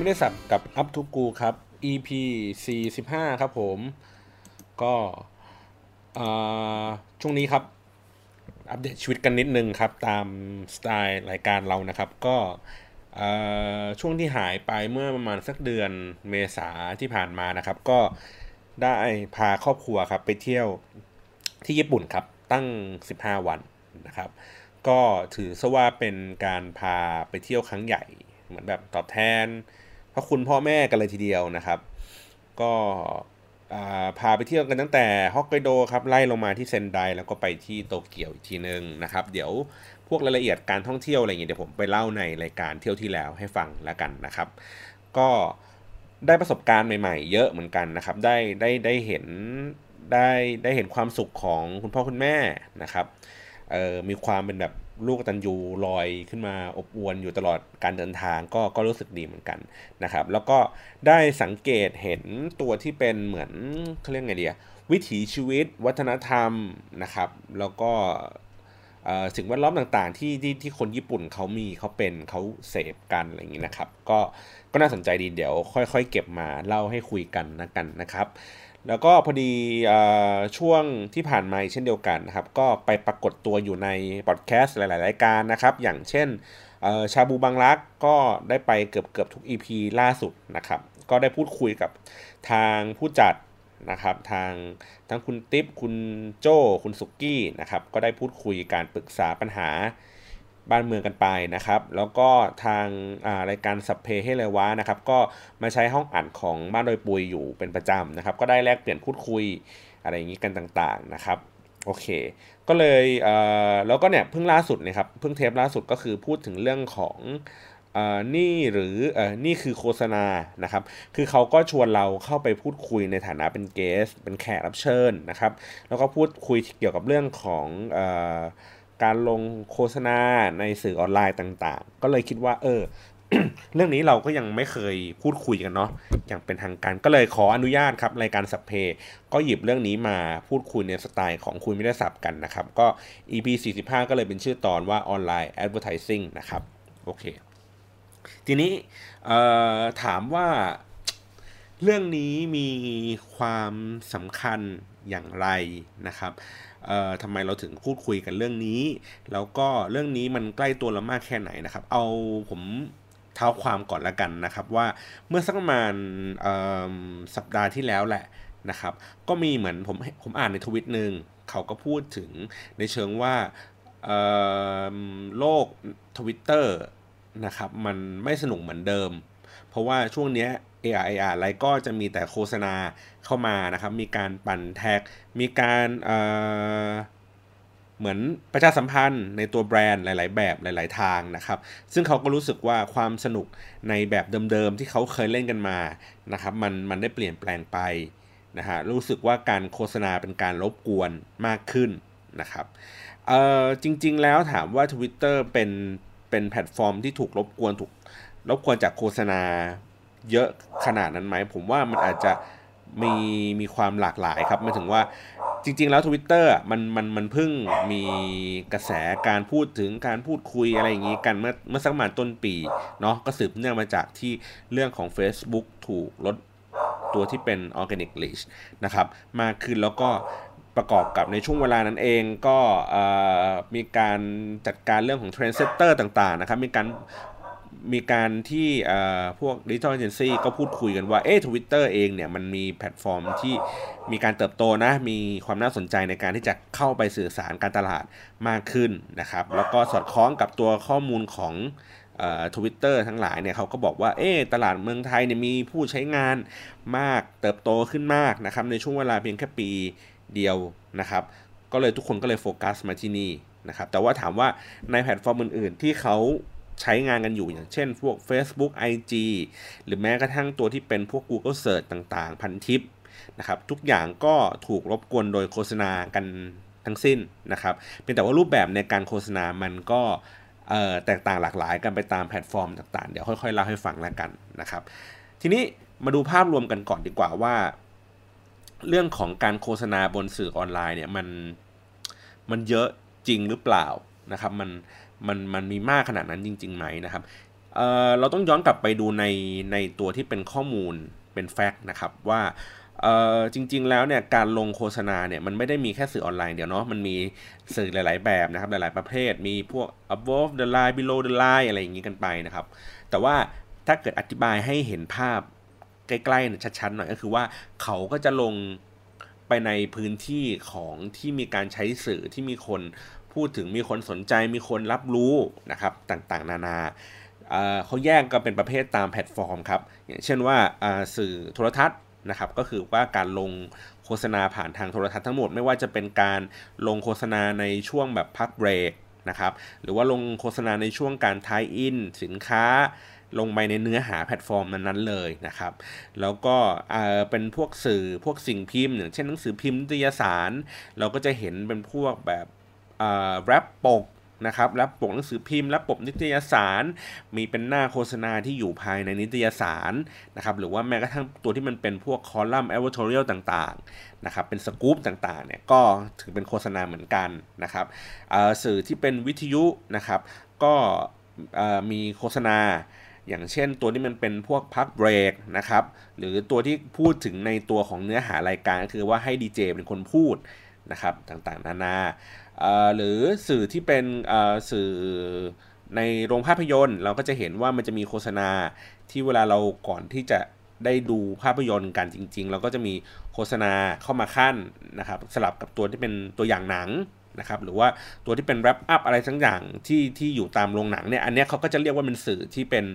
ไม่ได้สับกับ Up to Go ครับ EP 45ครับผมก็อ่ช่วงนี้ครับอัปเดตชีวิตกันนิดนึงครับตามสไตล์รายการเรานะครับก็ช่วงที่หายไปเมื่อประมาณสักเดือนเมษาที่ผ่านมานะครับก็ได้พาครอบครัวครับไปเที่ยวที่ญี่ปุ่นครับตั้ง15วันนะครับก็ถือซะว่าเป็นการพาไปเที่ยวครั้งใหญ่เหมือนแบบตอบแทนพระคุณพ่อแม่กันเลยทีเดียวนะครับก็พาไปเที่ยวกันตั้งแต่ฮอกไกโดครับไล่ลงมาที่เซนไดแล้วก็ไปที่โตเกียวอีกทีนึงนะครับเดี๋ยวพวกรายละเอียดการท่องเที่ยวอะไรอย่างเงี้ยเดี๋ยวผมไปเล่าในรายการเที่ยวที่แล้วให้ฟังแล้วกันนะครับก็ได้ประสบการณ์ใหม่ๆเยอะเหมือนกันนะครับได้เห็นได้ได้เห็นความสุขของคุณพ่อคุณแม่นะครับมีความเป็นแบบลูกกตัญญูลอยขึ้นมาอบอวลอยู่ตลอดการเดินทางก็รู้สึกดีเหมือนกันนะครับแล้วก็ได้สังเกตเห็นตัวที่เป็นเหมือนเขาเรียกไงดีอะวิถีชีวิตวัฒนธรรมนะครับแล้วก็สิ่งแวดล้อมต่างๆที่คนญี่ปุ่นเขาเสพกันอะไรอย่างนี้นะครับก็น่าสนใจดีเดี๋ยวค่อยๆเก็บมาเล่าให้คุยกันนะครับแล้วก็พอดีช่วงที่ผ่านมาเช่นเดียวกันนะครับก็ไปปรากฏตัวอยู่ในพอดแคสต์หลายๆรายการนะครับอย่างเช่นชาบูบังรักก็ได้ไปเกือบทุก EP ล่าสุดนะครับก็ได้พูดคุยกับทางผู้จัดนะครับทั้งคุณติ๊บคุณโจ้คุณสุกี้นะครับก็ได้พูดคุยการปรึกษาปัญหาบ้านเมืองกันไปนะครับแล้วก็ทางรายการสัพเพให้เลยวะนะครับก็มาใช้ห้องอัดของบ้านโดยปุยอยู่เป็นประจำนะครับก็ได้แลกเปลี่ยนพูดคุยอะไรอย่างนี้กันต่างๆนะครับโอเคก็เลยแล้วก็เนี่ยเพิ่งล่าสุดนะครับเพิ่งเทปล่าสุดก็คือพูดถึงเรื่องของนี่หรือนี่คือโฆษณานะครับคือเขาก็ชวนเราเข้าไปพูดคุยในฐานะเป็นเกสเป็นแขกรับเชิญนะครับแล้วก็พูดคุยเกี่ยวกับเรื่องของการลงโฆษณาในสื่อออนไลน์ต่างๆก็เลยคิดว่าเรื่องนี้เราก็ยังไม่เคยพูดคุยกันเนาะอย่างเป็นทางการก็เลยขออนุญาตครับรายการสัพเพก็หยิบเรื่องนี้มาพูดคุยในสไตล์ของคุยไม่ได้สับกันนะครับก็ EP 45ก็เลยเป็นชื่อตอนว่าออนไลน์ Advertising นะครับโอเคทีนี้ถามว่าเรื่องนี้มีความสำคัญอย่างไรนะครับทำไมเราถึงพูดคุยกันเรื่องนี้แล้วก็เรื่องนี้มันใกล้ตัวเรามากแค่ไหนนะครับเอาผมเท้าความก่อนละกันนะครับว่าเมื่อสักประมาณสัปดาห์ที่แล้วแหละนะครับก็มีเหมือนผมอ่านในทวิตหนึ่งเขาก็พูดถึงในเชิงว่าโลก Twitter นะครับมันไม่สนุกเหมือนเดิมเพราะว่าช่วงเนี้ย AR อะไรก็จะมีแต่โฆษณาเข้ามานะครับมีการปั่นแท็กมีการเหมือนประชาสัมพันธ์ในตัวแบรนด์หลายๆแบบหลายๆทางนะครับซึ่งเขาก็รู้สึกว่าความสนุกในแบบเดิมๆที่เขาเคยเล่นกันมานะครับมันได้เปลี่ยนแปลงไปนะฮะรู้สึกว่าการโฆษณาเป็นการรบกวนมากขึ้นนะครับจริงๆแล้วถามว่า Twitter เป็นแพลตฟอร์มที่ถูกรบกวนจากโฆษณาเยอะขนาดนั้นไหมผมว่ามันอาจจะมีมีความหลากหลายครับหมายถึงว่าจริงๆแล้ว Twitter อ่ะมันเพิ่งมีกระแสการพูดถึงการพูดคุยอะไรอย่างนี้กันเมื่อสักประมาณต้นปีเนาะก็สืบเนื่องมาจากที่เรื่องของ Facebook ถูกลดตัวที่เป็น Organic Reach นะครับมากขึ้นแล้วก็ประกอบกับในช่วงเวลานั้นเองก็มีการจัดการเรื่องของ Trend Setter ต่างๆนะครับมีการที่พวก Digital Agency ก็พูดคุยกันว่าTwitter เองเนี่ยมันมีแพลตฟอร์มที่มีการเติบโตนะมีความน่าสนใจในการที่จะเข้าไปสื่อสารการตลาดมากขึ้นนะครับแล้วก็สอดคล้องกับตัวข้อมูลของTwitter ทั้งหลายเนี่ยเขาก็บอกว่าตลาดเมืองไทยเนี่ยมีผู้ใช้งานมากเติบโตขึ้นมากนะครับในช่วงเวลาเพียงแค่ปีเดียวนะครับก็เลยทุกคนก็เลยโฟกัสมาที่นี่นะครับแต่ว่าถามว่าในแพลตฟอร์มอื่นๆที่เขาใช้งานกันอยู่อย่างเช่นพวก Facebook IG หรือแม้กระทั่งตัวที่เป็นพวก Google Search ต่างๆพันทิปนะครับทุกอย่างก็ถูกรบกวนโดยโฆษณากันทั้งสิ้นนะครับเพียงแต่ว่ารูปแบบในการโฆษณามันก็แตกต่างหลากหลายกันไปตามแพลตฟอร์มต่างๆเดี๋ยวค่อยๆเล่าให้ฟังแล้วกันนะครับทีนี้มาดูภาพรวมกันก่อนดีกว่าว่าเรื่องของการโฆษณาบนสื่อออนไลน์เนี่ยมันเยอะจริงหรือเปล่านะครับมันมีมากขนาดนั้นจริงๆไหมนะครับเราต้องย้อนกลับไปดูในตัวที่เป็นข้อมูลเป็นแฟกต์นะครับว่าจริงๆแล้วเนี่ยการลงโฆษณาเนี่ยมันไม่ได้มีแค่สื่อออนไลน์เดียวเนาะมันมีสื่อหลายๆแบบนะครับหลายๆประเภทมีพวก above the line below the line อะไรอย่างนี้กันไปนะครับแต่ว่าถ้าเกิดอธิบายให้เห็นภาพใกล้ๆชัดๆหน่อยก็คือว่าเขาก็จะลงไปในพื้นที่ของที่มีการใช้สื่อที่มีคนพูดถึงมีคนสนใจมีคนรับรู้นะครับต่างๆนานาเขาแยกกันเป็นประเภทตามแพลตฟอร์มครับอย่างเช่นว่าสื่อโทรทัศน์นะครับก็คือว่าการลงโฆษณาผ่านทางโทรทัศน์ทั้งหมดไม่ว่าจะเป็นการลงโฆษณาในช่วงแบบพักเบรกนะครับหรือว่าลงโฆษณาในช่วงการทายอินสินค้าลงไปในเนื้อหาแพลตฟอร์มนั้นๆเลยนะครับแล้วก็เป็นพวกสื่อพวกสิ่งพิมพ์อย่างเช่นหนังสือพิมพ์นิตยสารเราก็จะเห็นเป็นพวกแบบแรปปกนะครับแรปปกหนังสือพิมพ์แรปปกนิตยสารมีเป็นหน้าโฆษณาที่อยู่ภายในนิตยสารนะครับหรือว่าแม้กระทั่งตัวที่มันเป็นพวกคอลัมน์ editorial ต่างๆนะครับเป็นสกู๊ปต่างๆเนี่ยก็ถือเป็นโฆษณาเหมือนกันนะครับสื่อที่เป็นวิทยุนะครับก็มีโฆษณาอย่างเช่นตัวที่มันเป็นพวกพักเบรกนะครับหรือตัวที่พูดถึงในตัวของเนื้อหารายการก็คือว่าให้ดีเจเป็นคนพูดนะครับต่างๆนานาหรือสื่อที่เป็นสื่อในโรงภาพยนตร์เราก็จะเห็นว่ามันจะมีโฆษณาที่เวลาเราก่อนที่จะได้ดูภาพยนตร์กันจริงๆเราก็จะมีโฆษณาเข้ามาขั้นนะครับสลับกับตัวที่เป็นตัวอย่างหนังนะครับหรือว่าตัวที่เป็นแรปอัพอะไรทั้งอย่างที่อยู่ตามโรงหนังเนี่ยอันนี้เขาก็จะเรียกว่าเป็นสื่อที่เป็น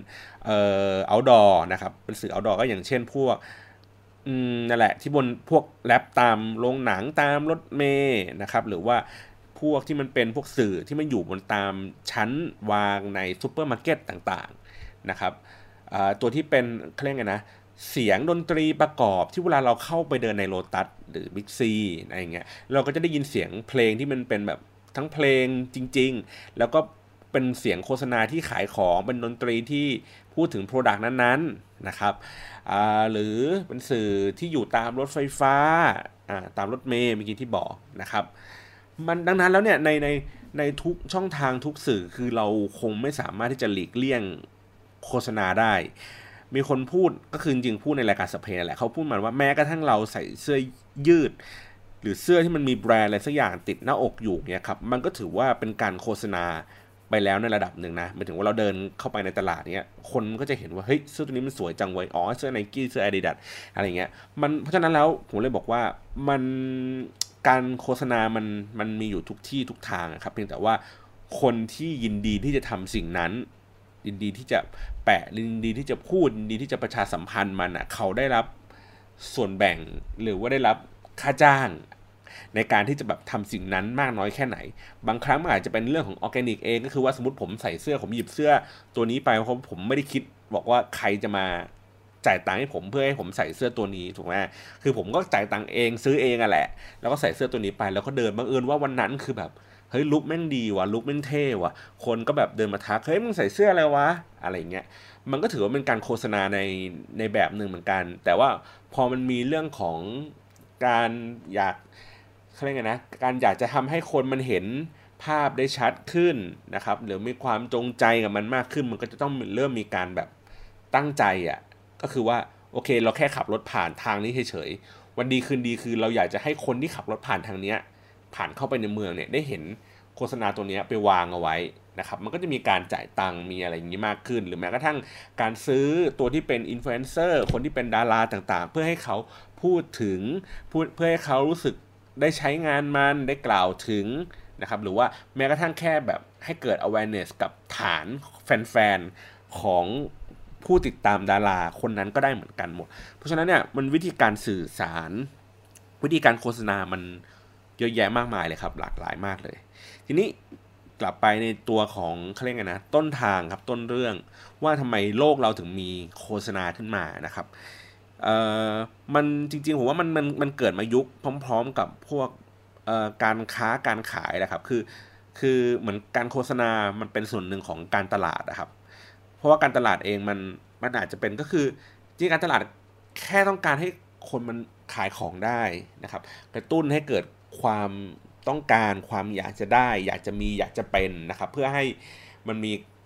outdoor นะครับเป็นสื่อ outdoor ก็อย่างเช่นพวกนั่นแหละที่บนพวกแรปตามโรงหนังตามรถเมล์นะครับหรือว่าพวกที่มันเป็นพวกสื่อที่มันอยู่บนตามชั้นวางในซูเปอร์มาร์เก็ตต่างๆนะครับตัวที่เป็นเขาเรียกไงนะเสียงดนตรีประกอบที่เวลาเราเข้าไปเดินในโลตัสหรือบิ๊กซีอะไรอย่างเงี้ยเราก็จะได้ยินเสียงเพลงที่มันเป็นแบบทั้งเพลงจริงๆแล้วก็เป็นเสียงโฆษณาที่ขายของเป็นดนตรีที่พูดถึง Product นั้นๆนะครับหรือเป็นสื่อที่อยู่ตามรถไฟฟ้าตามรถเมล์เมื่อกี้ที่บอกนะครับมันดังนั้นแล้วเนี่ยในทุกช่องทางทุกสื่อคือเราคงไม่สามารถที่จะหลีกเลี่ยงโฆษณาได้มีคนพูดก็คือจริงพูดในรายการสเปนแหละเขาพูดมาว่าแม้กระทั่งเราใส่เสื้อยืดหรือเสื้อที่มันมีแบรนด์อะไรสักอย่างติดหน้าอกอยู่เนี่ยครับมันก็ถือว่าเป็นการโฆษณาไปแล้วในระดับหนึ่งนะหมายถึงว่าเราเดินเข้าไปในตลาดเนี้ยคนก็จะเห็นว่าเฮ้ยเสื้อตัวนี้มันสวยจังเว้ยอ๋อเสื้อไนกี้เสื้อ Adidas อะไรเงี้ยมันเพราะฉะนั้นแล้วผมเลยบอกว่ามันการโฆษณามันมีอยู่ทุกที่ทุกทางครับเพียงแต่ว่าคนที่ยินดีที่จะทำสิ่งนั้นยินดีที่จะแปะยินดีที่จะพูดยินดีที่จะประชาสัมพันธ์มันอ่ะเขาได้รับส่วนแบ่งหรือว่าได้รับค่าจ้างในการที่จะแบบทำสิ่งนั้นมากน้อยแค่ไหนบางครั้งมันอาจจะเป็นเรื่องของออร์แกนิกเองก็คือว่าสมมติผมใส่เสื้อผมหยิบเสื้อตัวนี้ไปเพราะผมไม่ได้คิดบอกว่าใครจะมาจ่ายตังค์ให้ผมเพื่อให้ผมใส่เสื้อตัวนี้ถูกไหมคือผมก็จ่ายตังค์เองซื้อเองอะแหละแล้วก็ใส่เสื้อตัวนี้ไปแล้วก็เดินบังเอิญว่าวันนั้นคือแบบเฮ้ยลุคแม่งดีว่ะลุคแม่งเท่ว่ะคนก็แบบเดินมาทักเฮ้ยมึงใส่เสื้ออะไรวะอะไรเงี้ยมันก็ถือว่าเป็นการโฆษณาในแบบหนึ่งเหมือนกันแต่ว่าพอมันมีเรื่องของการอยากเขาเรียกไงนะการอยากจะทำให้คนมันเห็นภาพได้ชัดขึ้นนะครับหรือมีความจงใจกับมันมากขึ้นมันก็จะต้องเริ่มมีการแบบตั้งใจอ่ะก็คือว่าโอเคเราแค่ขับรถผ่านทางนี้เฉยๆวันดีคืนดีคือเราอยากจะให้คนที่ขับรถผ่านทางเนี้ยผ่านเข้าไปในเมืองเนี่ยได้เห็นโฆษณาตัวนี้ไปวางเอาไว้นะครับมันก็จะมีการจ่ายตังค์มีอะไรอย่างนี้มากขึ้นหรือแม้กระทั่งการซื้อตัวที่เป็นอินฟลูเอนเซอร์คนที่เป็นดาราต่างๆเพื่อให้เขาพูดถึงเพื่อให้เขารู้สึกได้ใช้งานมันได้กล่าวถึงนะครับหรือว่าแม้กระทั่งแค่แบบให้เกิด awareness กับฐานแฟนๆของผู้ติดตามดาราคนนั้นก็ได้เหมือนกันหมดเพราะฉะนั้นเนี่ยมันวิธีการสื่อสารวิธีการโฆษณามันเยอะแยะมากมายเลยครับหลากหลายมากเลยทีนี้กลับไปในตัวของเขาเรียกไงนะต้นทางครับต้นเรื่องว่าทำไมโลกเราถึงมีโฆษณาขึ้นมานะครับมันจริงๆผมว่ามันเกิดมายุคพร้อมๆกับพวกการค้าการขายแหละครับคือเหมือนการโฆษณามันเป็นส่วนหนึ่งของการตลาดนะครับเพราะว่าการตลาดเองมันอาจจะเป็นก็คือจริงการตลาดแค่ต้องการให้คนมันขายของได้นะครับกระตุ้นให้เกิดความต้องการความอยากจะได้อยากจะมีอยากจะเป็นนะครับเพื่อให้มันมี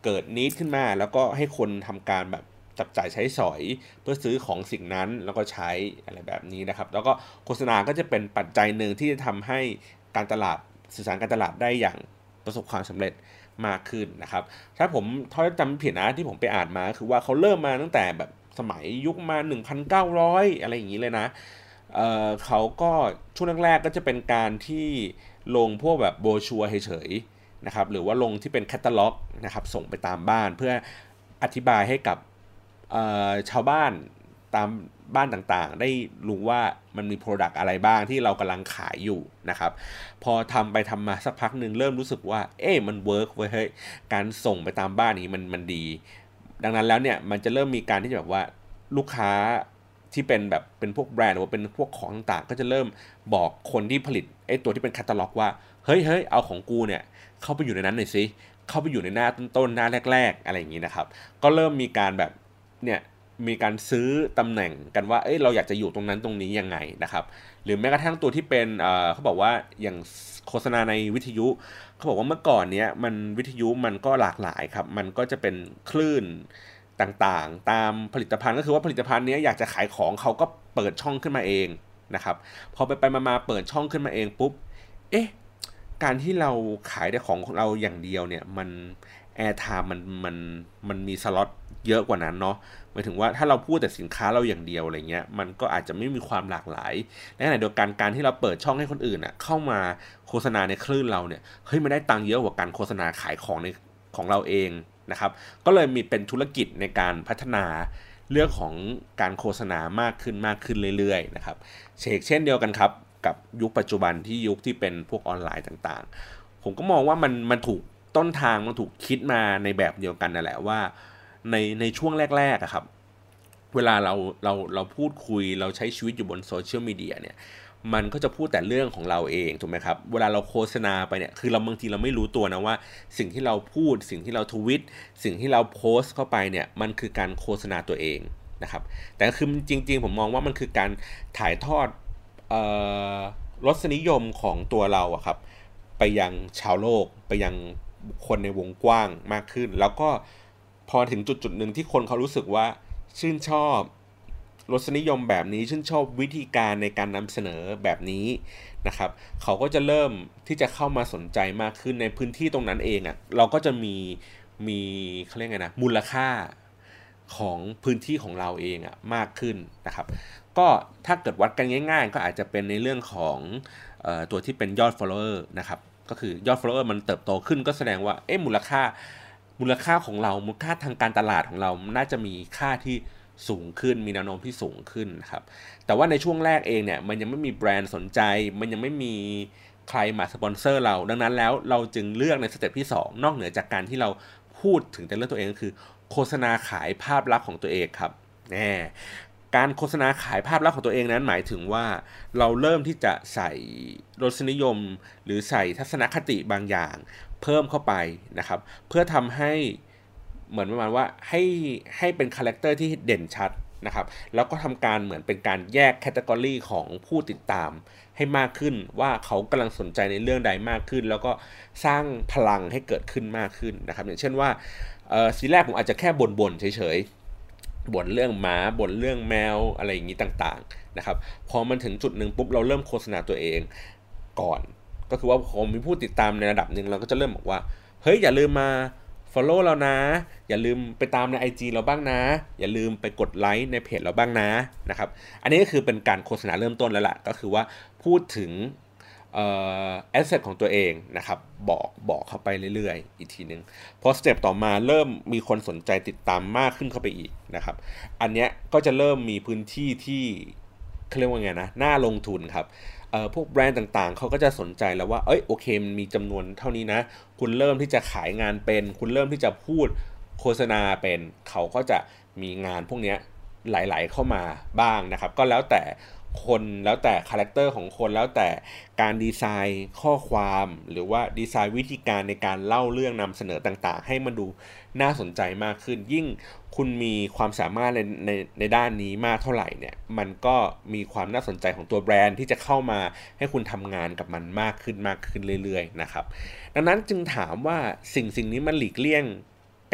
เกิดนิดขึ้นมาแล้วก็ให้คนทำการแบบจับจ่ายใช้สอยเพื่อซื้อของสิ่งนั้นแล้วก็ใช้อะไรแบบนี้นะครับแล้วก็โฆษณาก็จะเป็นปัจจัยหนึ่งที่จะทำให้การตลาดสื่อสารการตลาดได้อย่างประสบความสำเร็จมากขึ้นนะครับถ้าจำไม่ผิดนะที่ผมไปอ่านมาคือว่าเขาเริ่มมาตั้งแต่แบบสมัยยุคมา1,900อะไรอย่างนี้เลยนะเขาก็ช่วงแรกๆก็จะเป็นการที่ลงพวกแบบโบรชัวร์เฉยๆนะครับหรือว่าลงที่เป็นแคตตาล็อกนะครับส่งไปตามบ้านเพื่ออธิบายให้กับชาวบ้านตามบ้านต่างๆได้รู้ว่ามันมี Product อะไรบ้างที่เรากำลังขายอยู่นะครับพอทำไปทำมาสักพักหนึ่งเริ่มรู้สึกว่ามันเวิร์กเว้ยเฮ้ยการส่งไปตามบ้านนี้มันดีดังนั้นแล้วเนี่ยมันจะเริ่มมีการที่จะแบบว่าลูกค้าที่เป็นแบบเป็นพวกแบรนด์หรือว่าเป็นพวกของต่างๆก็จะเริ่มบอกคนที่ผลิตตัวที่เป็นแคตตาล็อกว่าเฮ้ยเอาของกูเนี่ยเข้าไปอยู่ในนั้นหน่อยสิเข้าไปอยู่ในหน้าต้นๆหน้าแรกๆอะไรอย่างนี้นะครับก็เริ่มมีการแบบเนี่ยมีการซื้อตำแหน่งกันว่าเราอยากจะอยู่ตรงนั้นตรงนี้ยังไงนะครับหรือแม้กระทั่งตัวที่เป็นเขาบอกว่าอย่างโฆษณาในวิทยุเขาบอกว่าเมื่อก่อนเนี้ยวิทยุมันก็หลากหลายครับมันก็จะเป็นคลื่นต่างๆตามผลิตภัณฑ์ก็คือว่าผลิตภัณฑ์นี้อยากจะขายของเขาก็เปิดช่องขึ้นมาเองนะครับพอไปมาเปิดช่องขึ้นมาเองปุ๊บการที่เราขายแต่ของเราอย่างเดียวเนี่ยมันแอร์ไทม์มันมีสล็อตเยอะกว่านั้นเนาะหมายถึงว่าถ้าเราพูดแต่สินค้าเราอย่างเดียวอะไรเงี้ยมันก็อาจจะไม่มีความหลากหลายและในขณะเดียวกันการที่เราเปิดช่องให้คนอื่นเข้ามาโฆษณาในคลื่นเราเนี่ยเฮ้ยมันได้ตังค์เยอะกว่าการโฆษณาขายของในของเราเองนะครับก็เลยมีเป็นธุรกิจในการพัฒนาเรื่องของการโฆษณามากขึ้นเรื่อยๆนะครับเช่นเดียวกันครับกับยุคปัจจุบันที่ยุคที่เป็นพวกออนไลน์ต่างๆผมก็มองว่ามันถูกต้นทางมันถูกคิดมาในแบบเดียวกันนั่นแหละว่าในช่วงแรกๆอะครับเวลาเราพูดคุยเราใช้ชีวิตอยู่บนโซเชียลมีเดียเนี่ยมันก็จะพูดแต่เรื่องของเราเองถูกไหมครับเวลาเราโฆษณาไปเนี่ยคือเราบางทีเราไม่รู้ตัวนะว่าสิ่งที่เราพูดสิ่งที่เราทวิตสิ่งที่เราโพสต์เข้าไปเนี่ยมันคือการโฆษณาตัวเองนะครับแต่คือจริงๆผมมองว่ามันคือการถ่ายทอดรสนิยมของตัวเราอะครับไปยังชาวโลกไปยังคนในวงกว้างมากขึ้นแล้วก็พอถึงจุดหนึ่งที่คนเขารู้สึกว่าชื่นชอบรสนิยมแบบนี้ชื่นชอบวิธีการในการนำเสนอแบบนี้นะครับเขาก็จะเริ่มที่จะเข้ามาสนใจมากขึ้นในพื้นที่ตรงนั้นเองอ่ะเราก็จะมีเขาเรียกไงนะมูลค่าของพื้นที่ของเราเองอ่ะมากขึ้นนะครับก็ถ้าเกิดวัดกันง่ายๆก็อาจจะเป็นในเรื่องของตัวที่เป็นยอด follower นะครับก็คือยอด follower มันเติบโตขึ้นก็แสดงว่ามูลค่าของเรามูลค่าทางการตลาดของเราน่าจะมีค่าที่สูงขึ้นมีแนวโน้มที่สูงขึ้นนะครับแต่ว่าในช่วงแรกเองเนี่ยมันยังไม่มีแบรนด์สนใจมันยังไม่มีใครมาสปอนเซอร์เราดังนั้นแล้วเราจึงเลือกในสเต็ปที่2นอกเหนือจากการที่เราพูดถึงแต่เรื่องตัวเองก็คือโฆษณาขายภาพลักษณ์ของตัวเองครับการโฆษณาขายภาพลักษณ์ของตัวเองนั้นหมายถึงว่าเราเริ่มที่จะใส่รสนิยมหรือใส่ทัศนคติบางอย่างเพิ่มเข้าไปนะครับเพื่อทำให้เหมือนประมาณว่าให้เป็นคาแรคเตอร์ที่เด่นชัดนะครับแล้วก็ทำการเหมือนเป็นการแยกแคตตากรีของผู้ติดตามให้มากขึ้นว่าเขากำลังสนใจในเรื่องใดมากขึ้นแล้วก็สร้างพลังให้เกิดขึ้นมากขึ้นนะครับอย่างเช่นว่าซีแรกผมอาจจะแค่บ่นเฉยๆบ่นเรื่องหมาบ่นเรื่องแมวอะไรอย่างนี้ต่างๆนะครับพอมันถึงจุดหนึ่งปุ๊บเราเริ่มโฆษณาตัวเองก่อนก็คือว่าพอมีผู้ติดตามในระดับหนึ่งเราก็จะเริ่มบอกว่าเฮ้ยอย่าลืมมา follow เรานะอย่าลืมไปตามใน IG เราบ้างนะอย่าลืมไปกดไลค์ในเพจเราบ้างนะครับอันนี้ก็คือเป็นการโฆษณาเริ่มต้นแล้วล่ะก็คือว่าพูดถึงแอสเซทของตัวเองนะครับบอกเข้าไปเรื่อยๆอีกทีนึงพอสเต็ปต่อมาเริ่มมีคนสนใจติดตามมากขึ้นเข้าไปอีกนะครับอันเนี้ยก็จะเริ่มมีพื้นที่ที่เขาเรียกว่าไงนะน่าลงทุนครับพวกแบรนด์ต่างๆเขาก็จะสนใจแล้วว่าโอเคมันมีจำนวนเท่านี้นะคุณเริ่มที่จะขายงานเป็นคุณเริ่มที่จะพูดโฆษณาเป็นเขาก็จะมีงานพวกนี้ไหลๆเข้ามาบ้างนะครับก็แล้วแต่คนแล้วแต่คาแรคเตอร์ของคนแล้วแต่การดีไซน์ข้อความหรือว่าดีไซน์วิธีการในการเล่าเรื่องนำเสนอต่างๆให้มันดูน่าสนใจมากขึ้นยิ่งคุณมีความสามารถในด้านนี้มากเท่าไหร่เนี่ยมันก็มีความน่าสนใจของตัวแบรนด์ที่จะเข้ามาให้คุณทำงานกับมันมากขึ้นเรื่อยๆนะครับดังนั้นจึงถามว่าสิ่งนี้มันหลีกเลี่ยง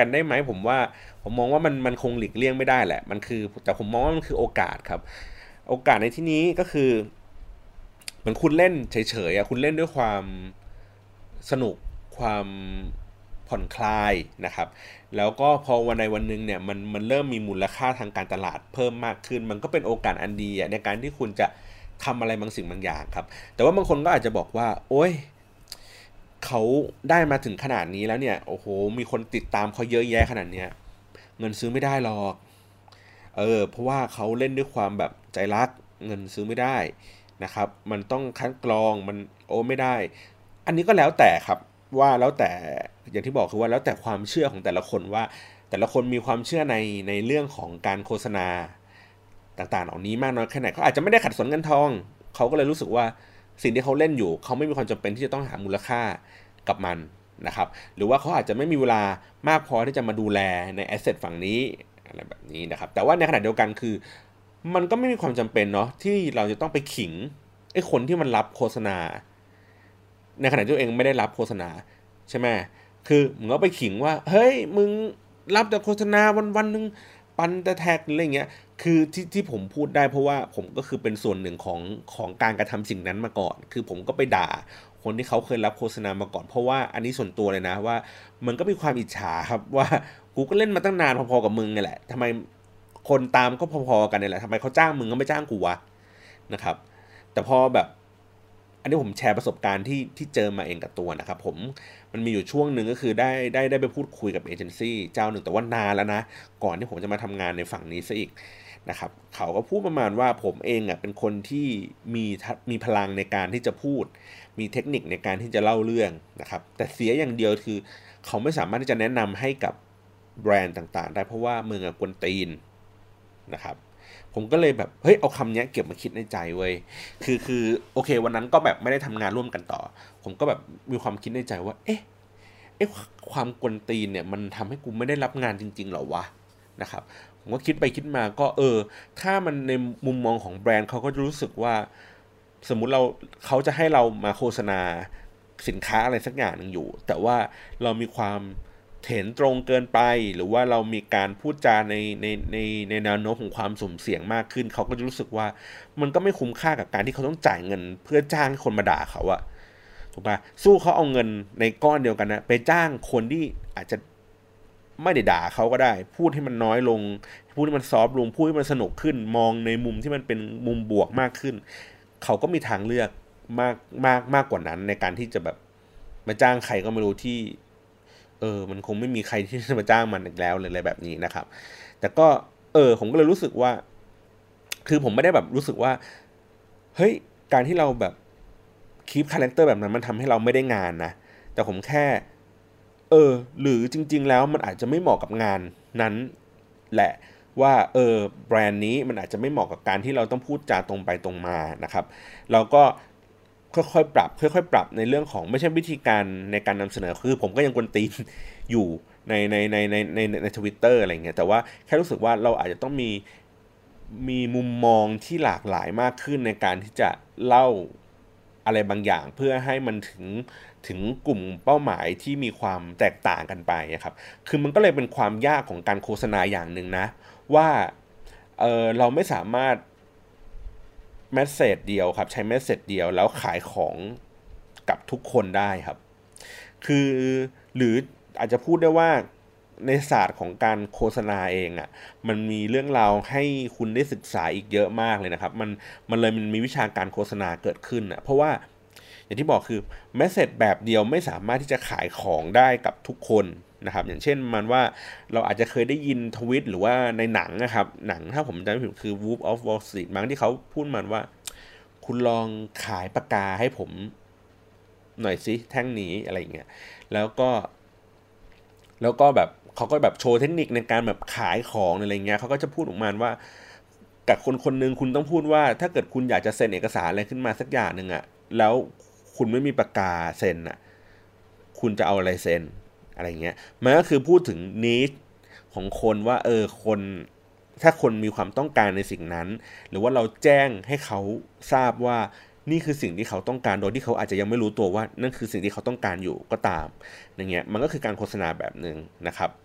กันได้ไหมผมมองว่ามันคงหลีกเลี่ยงไม่ได้แหละมันคือแต่ผมมองว่ามันคือโอกาสครับโอกาสในที่นี้ก็คือเหมือนคุณเล่นเฉยๆคุณเล่นด้วยความสนุกความผ่อนคลายนะครับแล้วก็พอวันใดวันหนึ่งเนี่ยมันเริ่มมีมูลค่าทางการตลาดเพิ่มมากขึ้นมันก็เป็นโอกาสอันดีในการที่คุณจะทำอะไรบางสิ่งบางอย่างครับแต่ว่าบางคนก็อาจจะบอกว่าโอ๊ยเขาได้มาถึงขนาดนี้แล้วเนี่ยโอ้โหมีคนติดตามเขาเยอะแยะขนาดเนี้ยเงินซื้อไม่ได้หรอกเพราะว่าเขาเล่นด้วยความแบบใจรักเงินซื้อไม่ได้นะครับมันต้องคัดกรองมันไม่ได้อันนี้ก็แล้วแต่ครับว่าแล้วแต่อย่างที่บอกคือว่าแล้วแต่ความเชื่อของแต่ละคนว่าแต่ละคนมีความเชื่อในเรื่องของการโฆษณาต่างๆเหล่านี้มากน้อยแค่ไหนเขาอาจจะไม่ได้ขัดสนเงินทองเขาก็เลยรู้สึกว่าสิ่งที่เขาเล่นอยู่เขาไม่มีความจำเป็นที่จะต้องหามูลค่ากับมันนะครับหรือว่าเขาอาจจะไม่มีเวลามากพอที่จะมาดูแลในแอสเซทฝั่งนี้อะไรแบบนี้นะครับแต่ว่าในขณะเดียวกันคือมันก็ไม่มีความจำเป็นเนาะที่เราจะต้องไปขิงไอ้คนที่มันรับโฆษณาในขณะที่ตัวเองไม่ได้รับโฆษณาใช่ไหมคือมึงก็ไปขิงว่าเฮ้ยมึงรับแต่โฆษณาวันๆนึงปันแต่แท็กอะไรเงี้ยคือที่ผมพูดได้เพราะว่าผมก็คือเป็นส่วนหนึ่งของการกระทำสิ่งนั้นมาก่อนคือผมก็ไปด่าคนที่เขาเคยรับโฆษณามาก่อนเพราะว่าอันนี้ส่วนตัวเลยนะว่ามันก็มีความอิจฉาครับว่ากูก็เล่นมาตั้งนานพอๆกับมึงไงแหละทำไมคนตามก็พอๆกันนี่แหละทำไมเขาจ้างมึงก็ไม่จ้างกูวะนะครับแต่พอแบบอันนี้ผมแชร์ประสบการณ์ที่เจอมาเองกับตัวนะครับผมมันมีอยู่ช่วงหนึ่งก็คือได้ไปพูดคุยกับเอเจนซี่เจ้าหนึ่งแต่ว่านานแล้วนะก่อนที่ผมจะมาทำงานในฝั่งนี้ซะอีกนะครับเขาก็พูดประมาณว่าผมเองเป็นคนที่มีพลังในการที่จะพูดมีเทคนิคในการที่จะเล่าเรื่องนะครับแต่เสียอย่างเดียวคือเขาไม่สามารถที่จะแนะนำให้กับแบรนด์ต่างๆได้เพราะว่ามึงกวนตีนนะครับผมก็เลยแบบเฮ้ยเอาคำนี้เก็บมาคิดในใจเว้ยคือโอเควันนั้นก็แบบไม่ได้ทำงานร่วมกันต่อผมก็แบบมีความคิดในใจว่าเอ๊ะความกวนตีนเนี่ยมันทำให้กูไม่ได้รับงานจริงๆหรอวะนะครับผมก็คิดไปคิดมาก็ถ้ามันในมุมมองของแบรนด์เขาก็จะรู้สึกว่าสมมุติเขาจะให้เรามาโฆษณาสินค้าอะไรสักอย่างหนึ่งอยู่แต่ว่าเรามีความเถนตรงเกินไปหรือว่าเรามีการพูดจาในแนวโน้มของความสุ่มเสี่ยงมากขึ้นเขาก็จะรู้สึกว่ามันก็ไม่คุ้มค่ากับการที่เขาต้องจ่ายเงินเพื่อจ้างคนมาด่าเขาอะถูกปะสู้เขาเอาเงินในก้อนเดียวกันนะไปจ้างคนที่อาจจะไม่ได้ด่าเขาก็ได้พูดให้มันน้อยลงพูดให้มันซอฟต์ลงพูดให้มันสนุกขึ้นมองในมุมที่มันเป็นมุมบวกมากขึ้นเขาก็มีทางเลือกมากกว่านั้นในการที่จะแบบมาจ้างใครก็ไม่รู้ที่มันคงไม่มีใครที่จะมาจ้างมันอีกแล้วเลยอะไรแบบนี้นะครับแต่ก็ผมก็เลยรู้สึกว่าคือผมไม่ได้แบบรู้สึกว่าเฮ้ยการที่เราแบบคีปคาแรคเตอร์แบบนั้นมันทำให้เราไม่ได้งานนะแต่ผมแค่หรือจริงๆแล้วมันอาจจะไม่เหมาะกับงานนั้นแหละว่าแบรนด์นี้มันอาจจะไม่เหมาะกับการที่เราต้องพูดจาตรงไปตรงมานะครับเราก็ค่อยๆปรับในเรื่องของไม่ใช่วิธีการในการนำเสนอคือผมก็ยังกวนตีนอยู่ใน Twitter อะไรเงี้ยแต่ว่าแค่รู้สึกว่าเราอาจจะต้องมีมุมมองที่หลากหลายมากขึ้นในการที่จะเล่าอะไรบางอย่างเพื่อให้มันถึงกลุ่มเป้าหมายที่มีความแตกต่างกันไปครับคือมันก็เลยเป็นความยากของการโฆษณาอย่างหนึ่งนะว่าเราไม่สามารถเมสเสจเดียวครับใช้เมสเสจเดียวแล้วขายของกับทุกคนได้ครับคือหรืออาจจะพูดได้ว่าในศาสตร์ของการโฆษณาเองมันมีเรื่องราวให้คุณได้ศึกษาอีกเยอะมากเลยนะครับมันมีวิชาการโฆษณาเกิดขึ้นเพราะว่าอย่างที่บอกคือเมสเสจแบบเดียวไม่สามารถที่จะขายของได้กับทุกคนนะครับอย่างเช่นมันว่าเราอาจจะเคยได้ยินทวิตหรือว่าในหนังนะครับหนังถ้าผมจำไม่ผิดคือ Wolf of Wall Street มั้งที่เขาพูดมันว่าคุณลองขายปากกาให้ผมหน่อยสิแท่งนี้อะไรเงี้ยแล้วก็แบบเขาก็แบบโชว์เทคนิคในการแบบขายของอะไรเงี้ยเขาก็จะพูดออกมาว่ากับคนนึงคุณต้องพูดว่าถ้าเกิดคุณอยากจะเซ็นเอกสารอะไรขึ้นมาสักอย่างหนึ่งแล้วคุณไม่มีปากกาเซ็นคุณจะเอาอะไรเซ็นอะไรเงี้ยมันก็คือพูดถึงนิดของคนว่าคนถ้าคนมีความต้องการในสิ่งนั้นหรือว่าเราแจ้งให้เขาทราบว่านี่คือสิ่งที่เขาต้องการโดยที่เขาอาจจะยังไม่รู้ตัวว่านั่นคือสิ่งที่เขาต้องการอยู่ก็ตามอย่างเงี้ยมันก็คือการโฆษณาแบบหนึ่งนะครับ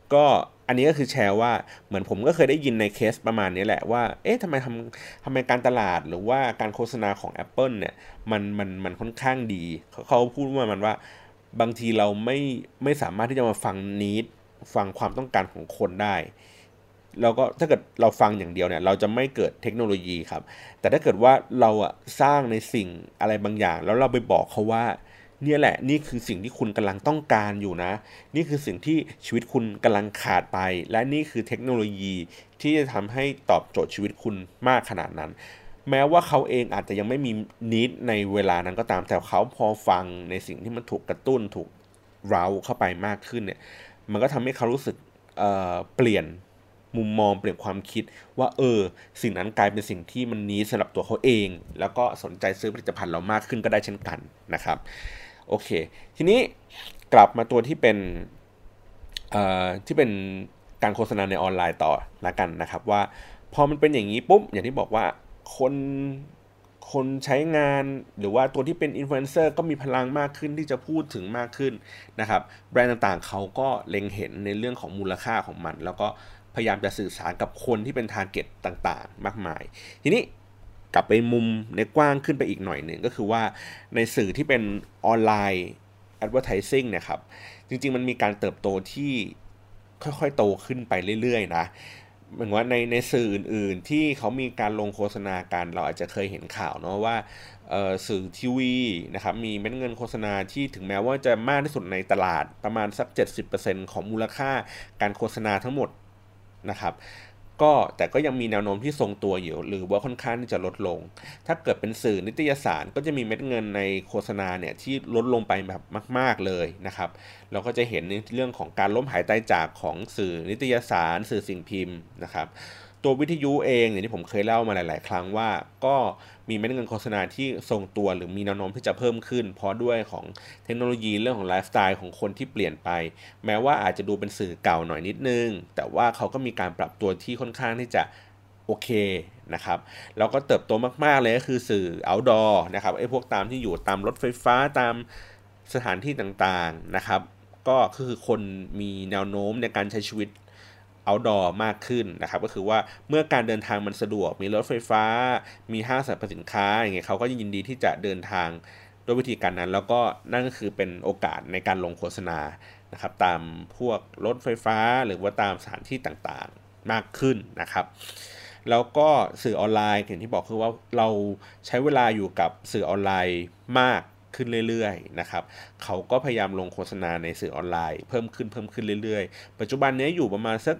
ก็อันนี้ก็คือแชร์ว่าเหมือนผมก็เคยได้ยินในเคสประมาณนี้แหละว่าเอ๊ะทำไมการตลาดหรือว่าการโฆษณาของ Apple เนี่ยมันค่อนข้างดีเขาพูดว่ามันว่าบางทีเราไม่สามารถที่จะมาฟังนีดฟังความต้องการของคนได้แล้วก็ถ้าเกิดเราฟังอย่างเดียวเนี่ยเราจะไม่เกิดเทคโนโลยีครับแต่ถ้าเกิดว่าเราอะสร้างในสิ่งอะไรบางอย่างแล้วเราไปบอกเขาว่าเนี่ยแหละนี่คือสิ่งที่คุณกำลังต้องการอยู่นะนี่คือสิ่งที่ชีวิตคุณกำลังขาดไปและนี่คือเทคโนโลยีที่จะทำให้ตอบโจทย์ชีวิตคุณมากขนาดนั้นแม้ว่าเขาเองอาจจะยังไม่มีนิดในเวลานั้นก็ตามแต่เขาพอฟังในสิ่งที่มันถูกกระตุ้นถูกเร้าเข้าไปมากขึ้นเนี่ยมันก็ทำให้เขารู้สึกเปลี่ยนมุมมองเปลี่ยนความคิดว่าสิ่งนั้นกลายเป็นสิ่งที่มันนี้สำหรับตัวเขาเองแล้วก็สนใจซื้อผลิตภัณฑ์เรามากขึ้นก็ได้เช่นกันนะครับโอเคทีนี้กลับมาตัวที่เป็นการโฆษณาในออนไลน์ต่อละกันนะครับว่าพอมันเป็นอย่างนี้ปุ๊บอย่างที่บอกว่าคนคนใช้งานหรือว่าตัวที่เป็นอินฟลูเอนเซอร์ก็มีพลังมากขึ้นที่จะพูดถึงมากขึ้นนะครับแบรนด์ต่างๆเขาก็เล็งเห็นในเรื่องของมูลค่าของมันแล้วก็พยายามจะสื่อสารกับคนที่เป็นทาร์เก็ตต่างๆมากมายทีนี้กลับไปมุมในกว้างขึ้นไปอีกหน่อยหนึ่งก็คือว่าในสื่อที่เป็นออนไลน์ advertising เนี่ยครับจริงๆมันมีการเติบโตที่ค่อยๆโตขึ้นไปเรื่อยๆนะเหมือนว่าในสื่ออื่นๆที่เขามีการลงโฆษณากันเราอาจจะเคยเห็นข่าวเนาะว่าสื่อทีวีนะครับมีเม็ดเงินโฆษณาที่ถึงแม้ว่าจะมากที่สุดในตลาดประมาณสัก 70% ของมูลค่าการโฆษณาทั้งหมดนะครับแต่ก็ยังมีแนวโน้มที่ทรงตัวอยู่หรือว่าค่อนข้างที่จะลดลงถ้าเกิดเป็นสื่อนิตยสารก็จะมีเม็ดเงินในโฆษณาเนี่ยที่ลดลงไปแบบมากๆเลยนะครับเราก็จะเห็นในเรื่องของการล้มหายตายจากของสื่อนิตยสารสื่อสิ่งพิมพ์นะครับตัววิทยุเองอย่างที่ผมเคยเล่ามาหลายๆครั้งว่าก็มีเม็ดเงินโฆษณาที่ทรงตัวหรือมีแนวโน้มที่จะเพิ่มขึ้นเพราะด้วยของเทคโนโลยีเรื่องของไลฟ์สไตล์ของคนที่เปลี่ยนไปแม้ว่าอาจจะดูเป็นสื่อเก่าหน่อยนิดนึงแต่ว่าเขาก็มีการปรับตัวที่ค่อนข้างที่จะโอเคนะครับแล้วก็เติบโตมากๆเลยก็คือสื่อ outdoor นะครับไอ้พวกตามที่อยู่ตามรถไฟฟ้าตามสถานที่ต่างๆนะครับก็คือคนมีแนวโน้มในการใช้ชีวิต outdoor มากขึ้นนะครับก็คือว่าเมื่อการเดินทางมันสะดวกมีรถไฟฟ้ามีห้างสรรพสินค้าอย่างเงี้ยเขาก็ยินดีที่จะเดินทางด้วยวิธีการนั้นแล้วก็นั่นก็คือเป็นโอกาสในการลงโฆษณานะครับตามพวกรถไฟฟ้าหรือว่าตามสถานที่ต่างๆมากขึ้นนะครับแล้วก็สื่อออนไลน์อย่างที่บอกคือว่าเราใช้เวลาอยู่กับสื่อออนไลน์มากขึ้นเรื่อยๆนะครับเขาก็พยายามลงโฆษณาในสื่อออนไลน์เพิ่มขึ้นเรื่อยๆปัจจุบันนี้อยู่ประมาณสัก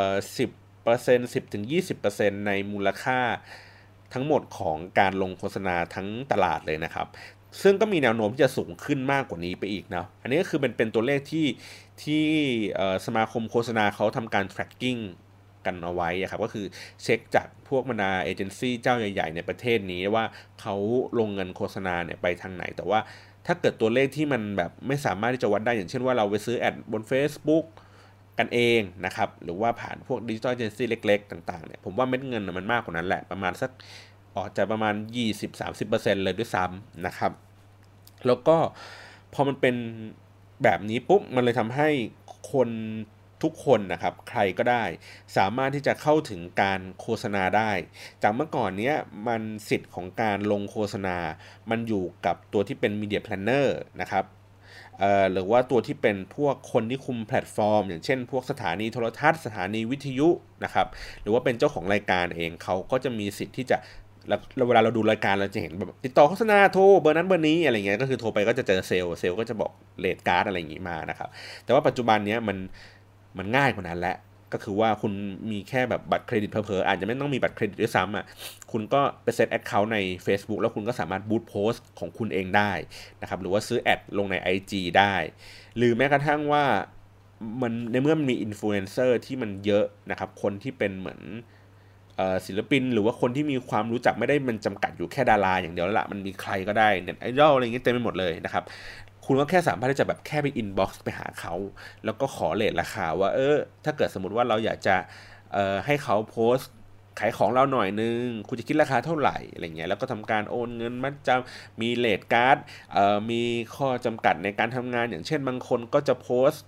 10% 10-20%ในมูลค่าทั้งหมดของการลงโฆษณาทั้งตลาดเลยนะครับซึ่งก็มีแนวโน้มที่จะสูงขึ้นมากกว่านี้ไปอีกนะอันนี้ก็คือเป็นตัวเลขที่สมาคมโฆษณาเขาทำการ tracking กันเอาไว้ครับก็คือเช็คจากพวกบรรดาเอเจนซี่เจ้าใหญ่ๆในประเทศนี้ว่าเขาลงเงินโฆษณาเนี่ยไปทางไหนแต่ว่าถ้าเกิดตัวเลขที่มันแบบไม่สามารถที่จะวัดได้อย่างเช่นว่าเราไปซื้อแอดบน Facebook กันเองนะครับหรือว่าผ่านพวกดิจิทัลเอเจนซี่เล็กๆต่างๆเนี่ยผมว่าเม็ดเงินมันมากกว่านั้นแหละประมาณสักออกจะประมาณ20-30%เลยด้วยซ้ำนะครับแล้วก็พอมันเป็นแบบนี้ปุ๊บมันเลยทำให้คนทุกคนนะครับใครก็ได้สามารถที่จะเข้าถึงการโฆษณาได้จากเมื่อก่อนเนี้ยมันสิทธิ์ของการลงโฆษณามันอยู่กับตัวที่เป็น Media Planner นะครับหรือว่าตัวที่เป็นพวกคนที่คุมแพลตฟอร์มอย่างเช่นพวกสถานีโทรทัศน์สถานีวิทยุนะครับหรือว่าเป็นเจ้าของรายการเองเขาก็จะมีสิทธิ์ที่จะแล้วเวลาเราดูรายการเราจะเห็นแบบติดต่อโฆษณาโทรเบอร์นั้นเบอร์นี้อะไรเงี้ยก็คือโทรไปก็จะเจอเซลล์ก็จะบอกเรทการ์ดอะไรอย่างงี้มานะครับแต่ว่าปัจจุบันเนี้ยมันง่ายกว่านั้นแล้วก็คือว่าคุณมีแค่แบบบัตรเครดิตเผลอๆอาจจะไม่ต้องมีบัตรเครดิตด้วยซ้ำอ่ะคุณก็ไปเซตแอคเคาท์ใน Facebook แล้วคุณก็สามารถบูตโพสต์ของคุณเองได้นะครับหรือว่าซื้อแอดลงใน IG ได้หรือแม้กระทั่งว่ามันในเมื่อมันมีอินฟลูเอนเซอร์ที่มันเยอะนะครับคนที่เป็นเหมือนศิลปินหรือว่าคนที่มีความรู้จักไม่ได้มันจำกัดอยู่แค่ดาราอย่างเดียวแล้วละมันมีใครก็ได้เน็ตไอดอลอะไรอย่างเงี้ยเต็มไปหมดเลยนะครับคุณก็แค่สามารถที่จะแบบแค่ไปอินบ็อกซ์ไปหาเขาแล้วก็ขอเรทราคาว่าถ้าเกิดสมมติว่าเราอยากจะให้เขาโพสต์ขายของเราหน่อยนึงคุณจะคิดราคาเท่าไหร่อะไรเงี้ยแล้วก็ทำการโอนเงินมัดจำมีเรทการ์ดมีข้อจำกัดในการทำงานอย่างเช่นบางคนก็จะโพสต์